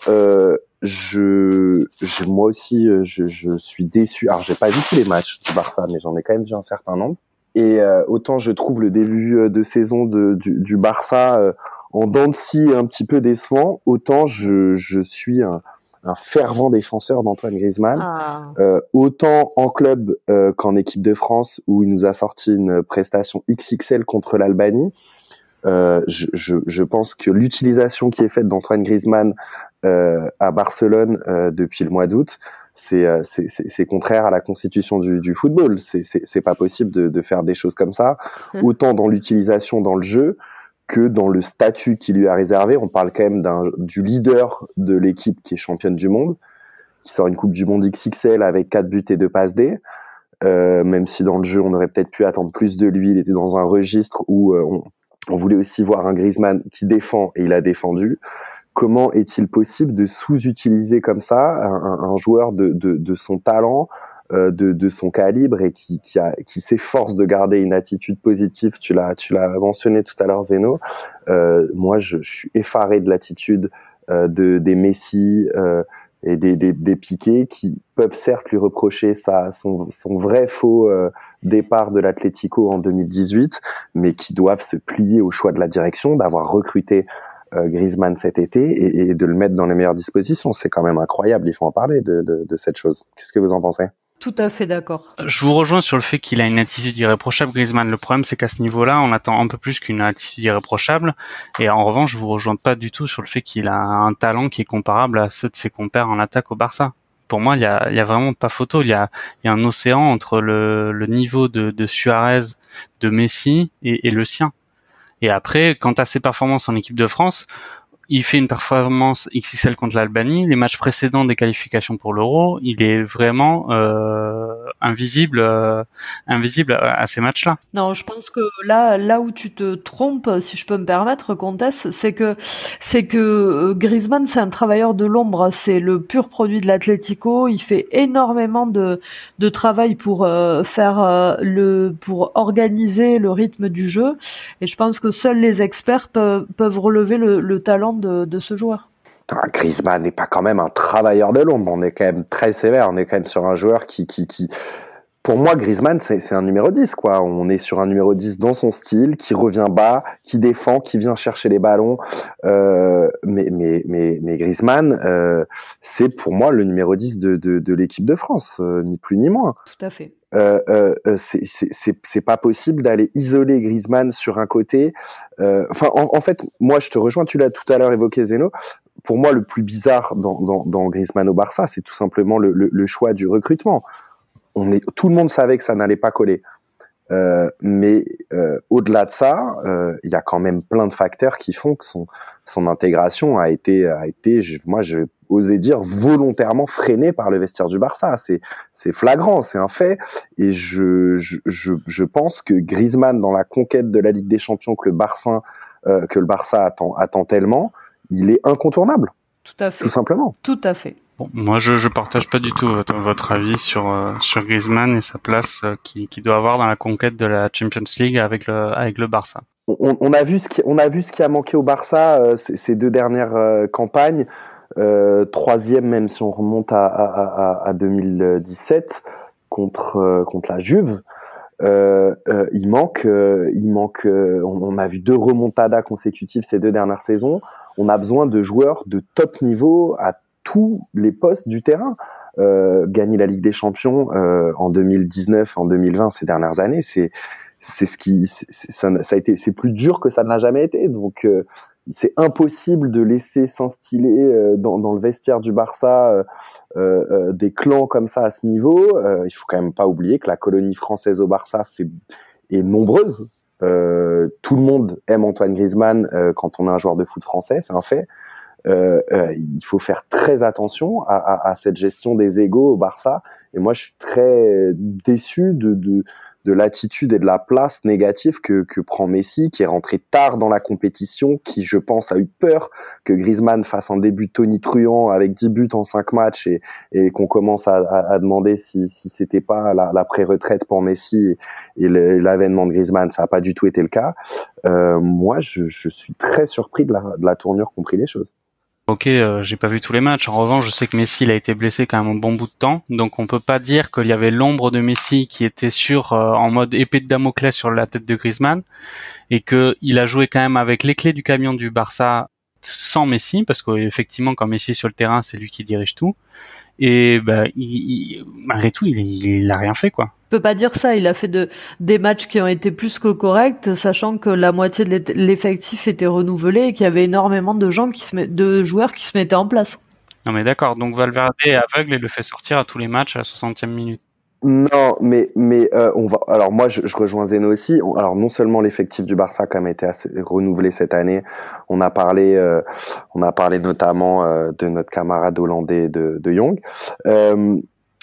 moi aussi, je suis déçu. Alors, j'ai pas vu tous les matchs du Barça, mais j'en ai quand même vu un certain nombre. Et autant je trouve le début de saison du Barça en dents de scie un petit peu décevant, autant je suis un fervent défenseur d'Antoine Griezmann. Autant en club qu'en équipe de France, où il nous a sorti une prestation XXL contre l'Albanie. Je pense que l'utilisation qui est faite d'Antoine Griezmann à Barcelone depuis le mois d'août, c'est contraire à la constitution du football. C'est pas possible de faire des choses comme ça, autant dans l'utilisation dans le jeu que dans le statut qui lui a réservé. On parle quand même du leader de l'équipe qui est championne du monde, qui sort une Coupe du Monde XXL avec 4 buts et 2 passes D. même si dans le jeu on aurait peut-être pu attendre plus de lui. Il était dans un registre où on voulait aussi voir un Griezmann qui défend, et il a défendu. Comment est-il possible de sous-utiliser comme ça un joueur de son talent, de son calibre, et qui s'efforce de garder une attitude positive? Tu l'as mentionné tout à l'heure, Zeno. Moi, je suis effaré de l'attitude des Messi et des Piqué, qui peuvent certes lui reprocher son vrai faux départ de l'Atlético en 2018, mais qui doivent se plier au choix de la direction d'avoir recruté Griezmann cet été et de le mettre dans les meilleures dispositions. C'est quand même incroyable, il faut en parler de cette chose. Qu'est-ce que vous en pensez ? Tout à fait d'accord. Je vous rejoins sur le fait qu'il a une attitude irréprochable, Griezmann. Le problème, c'est qu'à ce niveau-là, on attend un peu plus qu'une attitude irréprochable. Et en revanche, je vous rejoins pas du tout sur le fait qu'il a un talent qui est comparable à ceux de ses compères en attaque au Barça. Pour moi, il y a vraiment pas photo. Il y a un océan entre le niveau de Suarez, de Messi et le sien. Et après, quant à ses performances en équipe de France, il fait une performance XXL contre l'Albanie. Les matchs précédents des qualifications pour l'Euro, il est vraiment invisible à ces matchs-là. Non, je pense que là où tu te trompes, si je peux me permettre, Comtesse, c'est que Griezmann, c'est un travailleur de l'ombre. C'est le pur produit de l'Atlético. Il fait énormément de travail pour pour organiser le rythme du jeu. Et je pense que seuls les experts peuvent relever le talent de ce joueur. Griezmann n'est pas quand même un travailleur de l'ombre. On est quand même très sévère. On est quand même sur un joueur qui... Pour moi, Griezmann, c'est un numéro 10, quoi. On est sur un numéro 10 dans son style, qui revient bas, qui défend, qui vient chercher les ballons. Mais Griezmann, c'est pour moi le numéro 10 de l'équipe de France, ni plus ni moins. Tout à fait. C'est pas possible d'aller isoler Griezmann sur un côté. En fait, moi, je te rejoins. Tu l'as tout à l'heure évoqué, Zeno. Pour moi, le plus bizarre dans Griezmann au Barça, c'est tout simplement le choix du recrutement. Tout le monde savait que ça n'allait pas coller. Mais au-delà de ça, il y a quand même plein de facteurs qui font que son intégration a été, moi, je vais oser dire, volontairement freinée par le vestiaire du Barça. C'est flagrant, c'est un fait. Et je pense que Griezmann, dans la conquête de la Ligue des Champions que le Barça attend tellement, il est incontournable. Tout à fait. Tout simplement. Tout à fait. Bon, moi, je partage pas du tout votre avis sur Griezmann et sa place qu'il doit avoir dans la conquête de la Champions League avec le Barça. On a vu ce qui a manqué au Barça ces deux dernières campagnes. Troisième, même si on remonte à 2017 contre la Juve. Il manque. On a vu 2 remontadas consécutives ces 2 dernières saisons. On a besoin de joueurs de top niveau à tous les postes du terrain. Gagner la Ligue des Champions en 2019, en 2020, ces dernières années, c'est plus dur que ça ne l'a jamais été. Donc c'est impossible de laisser s'instiller dans le vestiaire du Barça des clans comme ça à ce niveau. Il faut quand même pas oublier que la colonie française au Barça est nombreuse. Tout le monde aime Antoine Griezmann quand on est un joueur de foot français, c'est un fait. Il faut faire très attention à cette gestion des égos au Barça. Et moi, je suis très déçu de l'attitude et de la place négative que prend Messi, qui est rentré tard dans la compétition, qui, je pense, a eu peur que Griezmann fasse un début tonitruant avec 10 buts en 5 matchs et qu'on commence à demander si c'était pas la pré-retraite pour Messi et l'avènement de Griezmann. Ça n'a pas du tout été le cas. Moi, je suis très surpris de la tournure qu'ont pris les choses. Ok, j'ai pas vu tous les matchs. En revanche, je sais que Messi il a été blessé quand même un bon bout de temps, donc on peut pas dire qu'il y avait l'ombre de Messi qui était en mode épée de Damoclès sur la tête de Griezmann, et que il a joué quand même avec les clés du camion du Barça sans Messi, parce qu'effectivement quand Messi est sur le terrain, c'est lui qui dirige tout. Et malgré tout, il a rien fait, quoi. Je peux pas dire ça. Il a fait des matchs qui ont été plus que corrects, sachant que la moitié de l'effectif était renouvelé et qu'il y avait énormément de joueurs qui se mettaient en place. Non mais d'accord. Donc Valverde est aveugle et le fait sortir à tous les matchs à la 60e minute. Non, mais on va. Alors moi, je rejoins Zeno aussi. Alors non seulement l'effectif du Barça a quand même été assez renouvelé cette année. On a parlé notamment de notre camarade hollandais de Jong.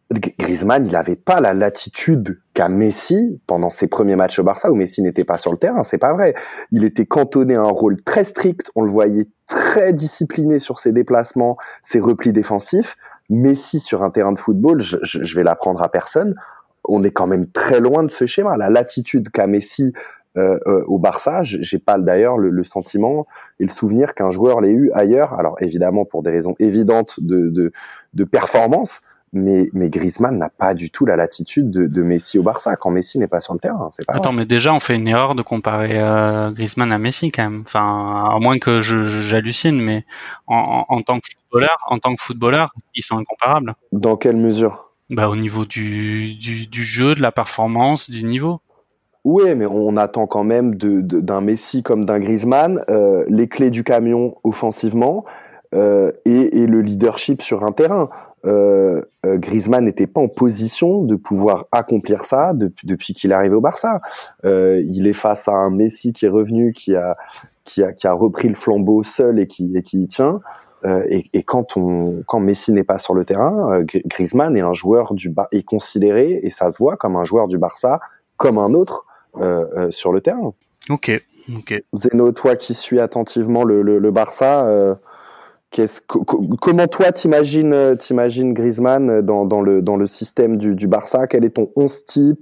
Griezmann, il n'avait pas la latitude qu'a Messi pendant ses premiers matchs au Barça où Messi n'était pas sur le terrain, c'est pas vrai. Il était cantonné à un rôle très strict, on le voyait très discipliné sur ses déplacements, ses replis défensifs. Messi sur un terrain de football, je vais l'apprendre à personne, on est quand même très loin de ce schéma. La latitude qu'a Messi au Barça, j'ai pas d'ailleurs le sentiment et le souvenir qu'un joueur l'ait eu ailleurs. Alors évidemment pour des raisons évidentes de performance, mais Griezmann n'a pas du tout la latitude de Messi au Barça quand Messi n'est pas sur le terrain. C'est pas Attends, vrai. mais déjà on fait une erreur de comparer Griezmann à Messi quand même. Enfin, à moins que j'hallucine, mais en tant que footballeur, ils sont incomparables. Dans quelle mesure? Bah, au niveau du jeu, de la performance, du niveau. Oui, mais on attend quand même d'un Messi comme d'un Griezmann les clés du camion offensivement et le leadership sur un terrain. Griezmann n'était pas en position de pouvoir accomplir ça depuis qu'il est arrivé au Barça. Il est face à un Messi qui est revenu, qui a repris le flambeau seul et qui y tient. Et quand Messi n'est pas sur le terrain, Griezmann est un joueur est considéré, et ça se voit, comme un joueur du Barça, comme un autre sur le terrain. Ok. Zeno, toi qui suis attentivement le Barça, comment toi t'imagines Griezmann dans le système du Barça? Quel est ton 11 type?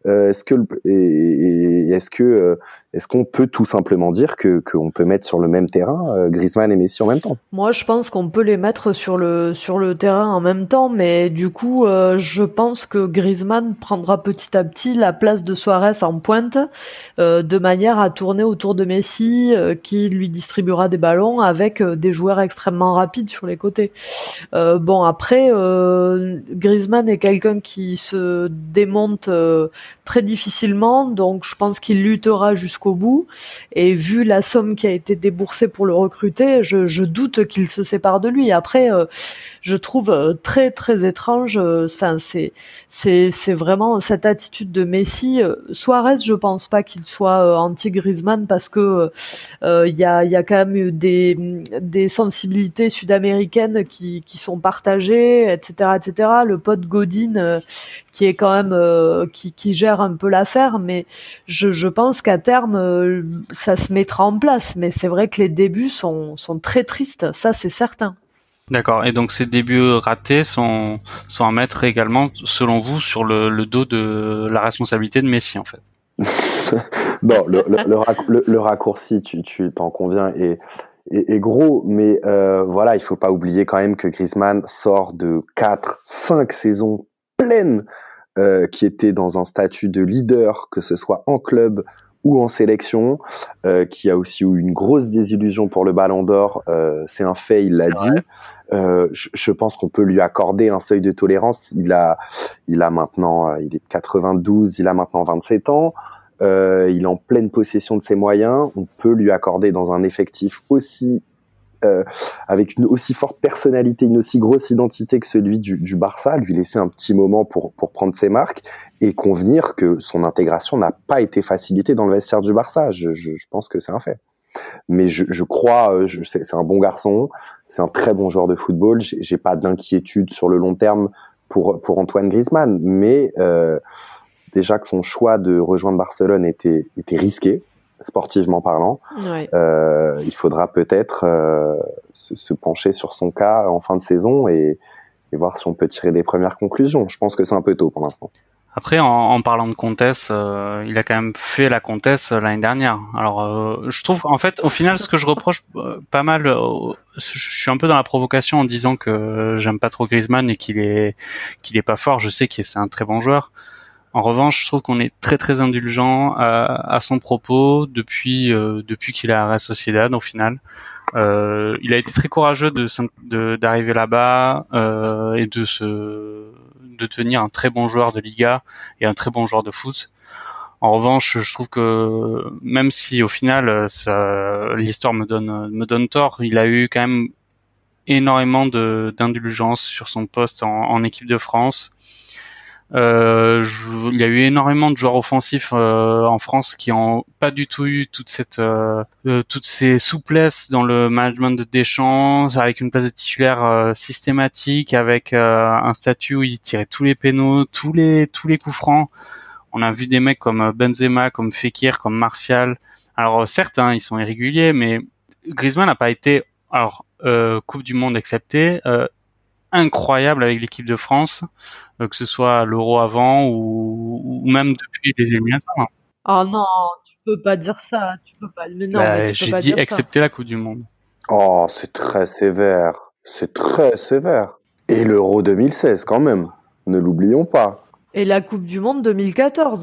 Est-ce qu'on peut tout simplement dire qu'on peut mettre sur le même terrain Griezmann et Messi en même temps? Moi, je pense qu'on peut les mettre sur le terrain en même temps, mais du coup, je pense que Griezmann prendra petit à petit la place de Suarez en pointe, de manière à tourner autour de Messi, qui lui distribuera des ballons avec des joueurs extrêmement rapides sur les côtés. Bon, après, Griezmann est quelqu'un qui se démonte très difficilement, donc je pense qu'il luttera jusqu'au bout. Et vu la somme qui a été déboursée pour le recruter, je doute qu'il se sépare de lui. Après, je trouve très très étrange. Enfin, c'est vraiment cette attitude de Messi. Suarez, je pense pas qu'il soit anti Griezmann parce que il y a quand même eu des sensibilités sud-américaines qui sont partagées, etc. Le pote Godin qui est quand même qui gère un peu l'affaire, mais je pense qu'à terme ça se mettra en place. Mais c'est vrai que les débuts sont très tristes, ça c'est certain. D'accord. Et donc ces débuts ratés sont à mettre également, selon vous, sur le dos de la responsabilité de Messi, en fait. Non, le raccourci, tu t'en conviens, est gros, mais voilà, il faut pas oublier quand même que Griezmann sort de 4-5 saisons pleines qui étaient dans un statut de leader, que ce soit en club ou en sélection, qui a aussi eu une grosse désillusion pour le Ballon d'Or, c'est un fait, il l'a dit. Je pense qu'on peut lui accorder un seuil de tolérance. Il a maintenant, il est de 92, il a maintenant 27 ans. Il est en pleine possession de ses moyens. On peut lui accorder dans un effectif aussi avec une aussi forte personnalité, une aussi grosse identité que celui du Barça, lui laisser un petit moment pour prendre ses marques et convenir que son intégration n'a pas été facilitée dans le vestiaire du Barça. Je pense que c'est un fait. Mais je crois, c'est un bon garçon, c'est un très bon joueur de football. J'ai pas d'inquiétude sur le long terme pour Antoine Griezmann, mais déjà que son choix de rejoindre Barcelone était risqué, sportivement parlant. Ouais. Il faudra peut-être se pencher sur son cas en fin de saison et voir si on peut tirer des premières conclusions. Je pense que c'est un peu tôt pour l'instant. Après, en parlant de Comtesse, il a quand même fait la Comtesse l'année dernière. Alors, je trouve, en fait, au final, ce que je reproche pas mal, je suis un peu dans la provocation en disant que j'aime pas trop Griezmann et qu'il est pas fort. Je sais que c'est un très bon joueur. En revanche, je trouve qu'on est très très indulgent à son propos depuis qu'il est à Real Sociedad au final. Il a été très courageux d'arriver là-bas et de devenir un très bon joueur de Liga et un très bon joueur de foot. En revanche, je trouve que même si au final l'histoire me donne tort, il a eu quand même énormément d'indulgence sur son poste en équipe de France. Il y a eu énormément de joueurs offensifs en France qui ont pas du tout eu toutes ces souplesses dans le management de Deschamps, avec une place de titulaire systématique, avec un statut où il tirait tous les pénaux, tous les coups francs. On a vu des mecs comme Benzema, comme Fekir, comme Martial. Alors certes, ils sont irréguliers, mais Griezmann n'a pas été, Coupe du Monde exceptée, incroyable avec l'équipe de France, que ce soit l'Euro avant ou même depuis les éliminatoires. Ah non, tu peux pas dire ça. Tu peux pas. Mais non, mais tu peux j'ai pas dit dire excepté la Coupe du Monde. Oh, c'est très sévère. C'est très sévère. Et l'Euro 2016 quand même. Ne l'oublions pas. Et la Coupe du Monde 2014,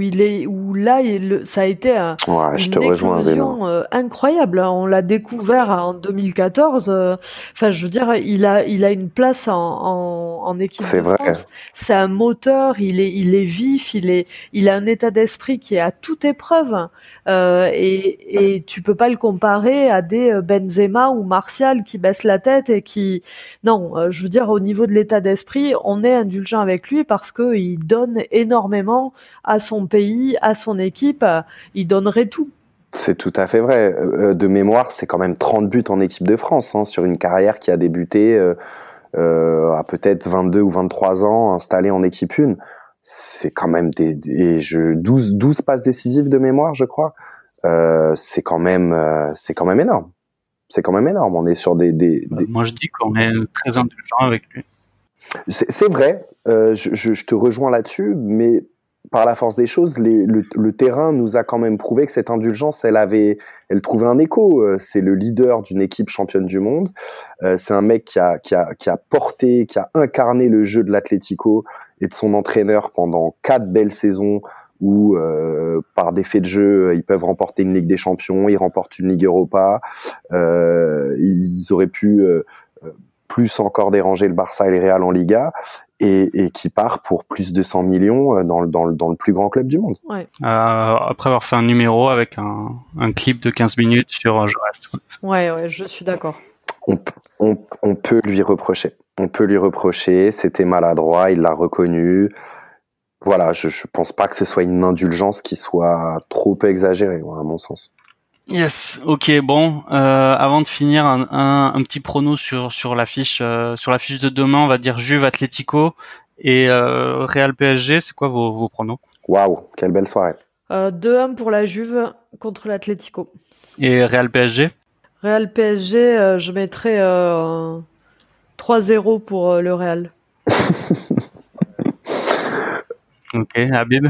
ça a été je te rejoins, éclosion incroyable. On l'a découvert en 2014. Enfin, je veux dire, il a une place en équipe de France. C'est un moteur. Il est vif. Il a un état d'esprit qui est à toute épreuve. Et tu peux pas le comparer à des Benzema ou Martial qui baissent la tête et qui, non, je veux dire, au niveau de l'état d'esprit, on est indulgent avec lui parce que il donne énormément à son pays, à son équipe. Il donnerait tout. C'est tout à fait vrai. De mémoire, c'est quand même 30 buts en équipe de France, sur une carrière qui a débuté à peut-être 22 ou 23 ans, installé en équipe 1. C'est quand même 12 passes décisives de mémoire, je crois. C'est quand même énorme. C'est quand même énorme. On est sur des... Moi, je dis qu'on est très indulgent avec lui. C'est vrai. Je te rejoins là-dessus, mais par la force des choses, le terrain nous a quand même prouvé que cette indulgence, elle trouvait un écho. C'est le leader d'une équipe championne du monde. C'est un mec qui a porté, qui a incarné le jeu de l'Atlético et de son entraîneur pendant 4 belles saisons où, par des faits de jeu, ils peuvent remporter une Ligue des Champions, ils remportent une Ligue Europa. Ils auraient pu plus encore déranger le Barça et le Real en Liga. Et qui part pour plus de 100 millions dans le plus grand club du monde. Ouais. Après avoir fait un numéro avec un clip de 15 minutes sur Je reste. Ouais, je suis d'accord. On peut lui reprocher. C'était maladroit, il l'a reconnu. Voilà, je pense pas que ce soit une indulgence qui soit trop exagérée, à mon sens. Yes, ok, bon. Avant de finir, un petit prono sur l'affiche de demain, on va dire Juve Atlético et Real PSG. C'est quoi vos pronos? Waouh, quelle belle soirée. 2-1 pour la Juve contre l'Atlético. Et Real PSG? Real PSG, je mettrais 3-0 pour le Real. Ok, Habib?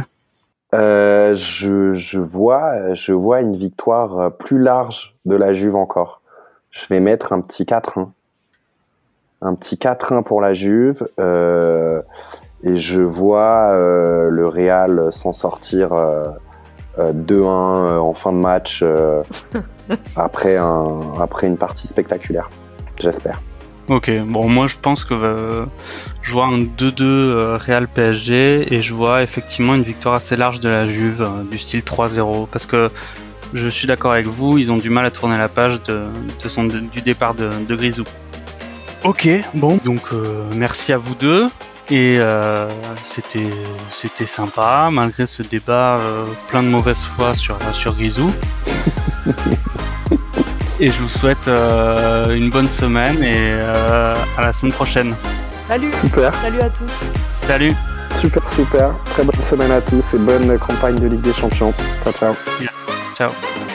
Je vois une victoire plus large de la Juve encore. Je vais mettre un petit 4-1. Un petit 4-1 pour la Juve. Et je vois le Real s'en sortir 2-1 en fin de match après une partie spectaculaire. J'espère. Ok, bon, moi je pense que je vois un 2-2 Real PSG et je vois effectivement une victoire assez large de la Juve, du style 3-0, parce que je suis d'accord avec vous, ils ont du mal à tourner la page du départ de Grisou. Ok, bon, donc merci à vous deux, et c'était sympa, malgré ce débat plein de mauvaise foi sur Grisou. Et je vous souhaite une bonne semaine et à la semaine prochaine. Salut. Super. Salut à tous. Salut. Super. Très bonne semaine à tous et bonne campagne de Ligue des Champions. Ciao. Yeah. Ciao.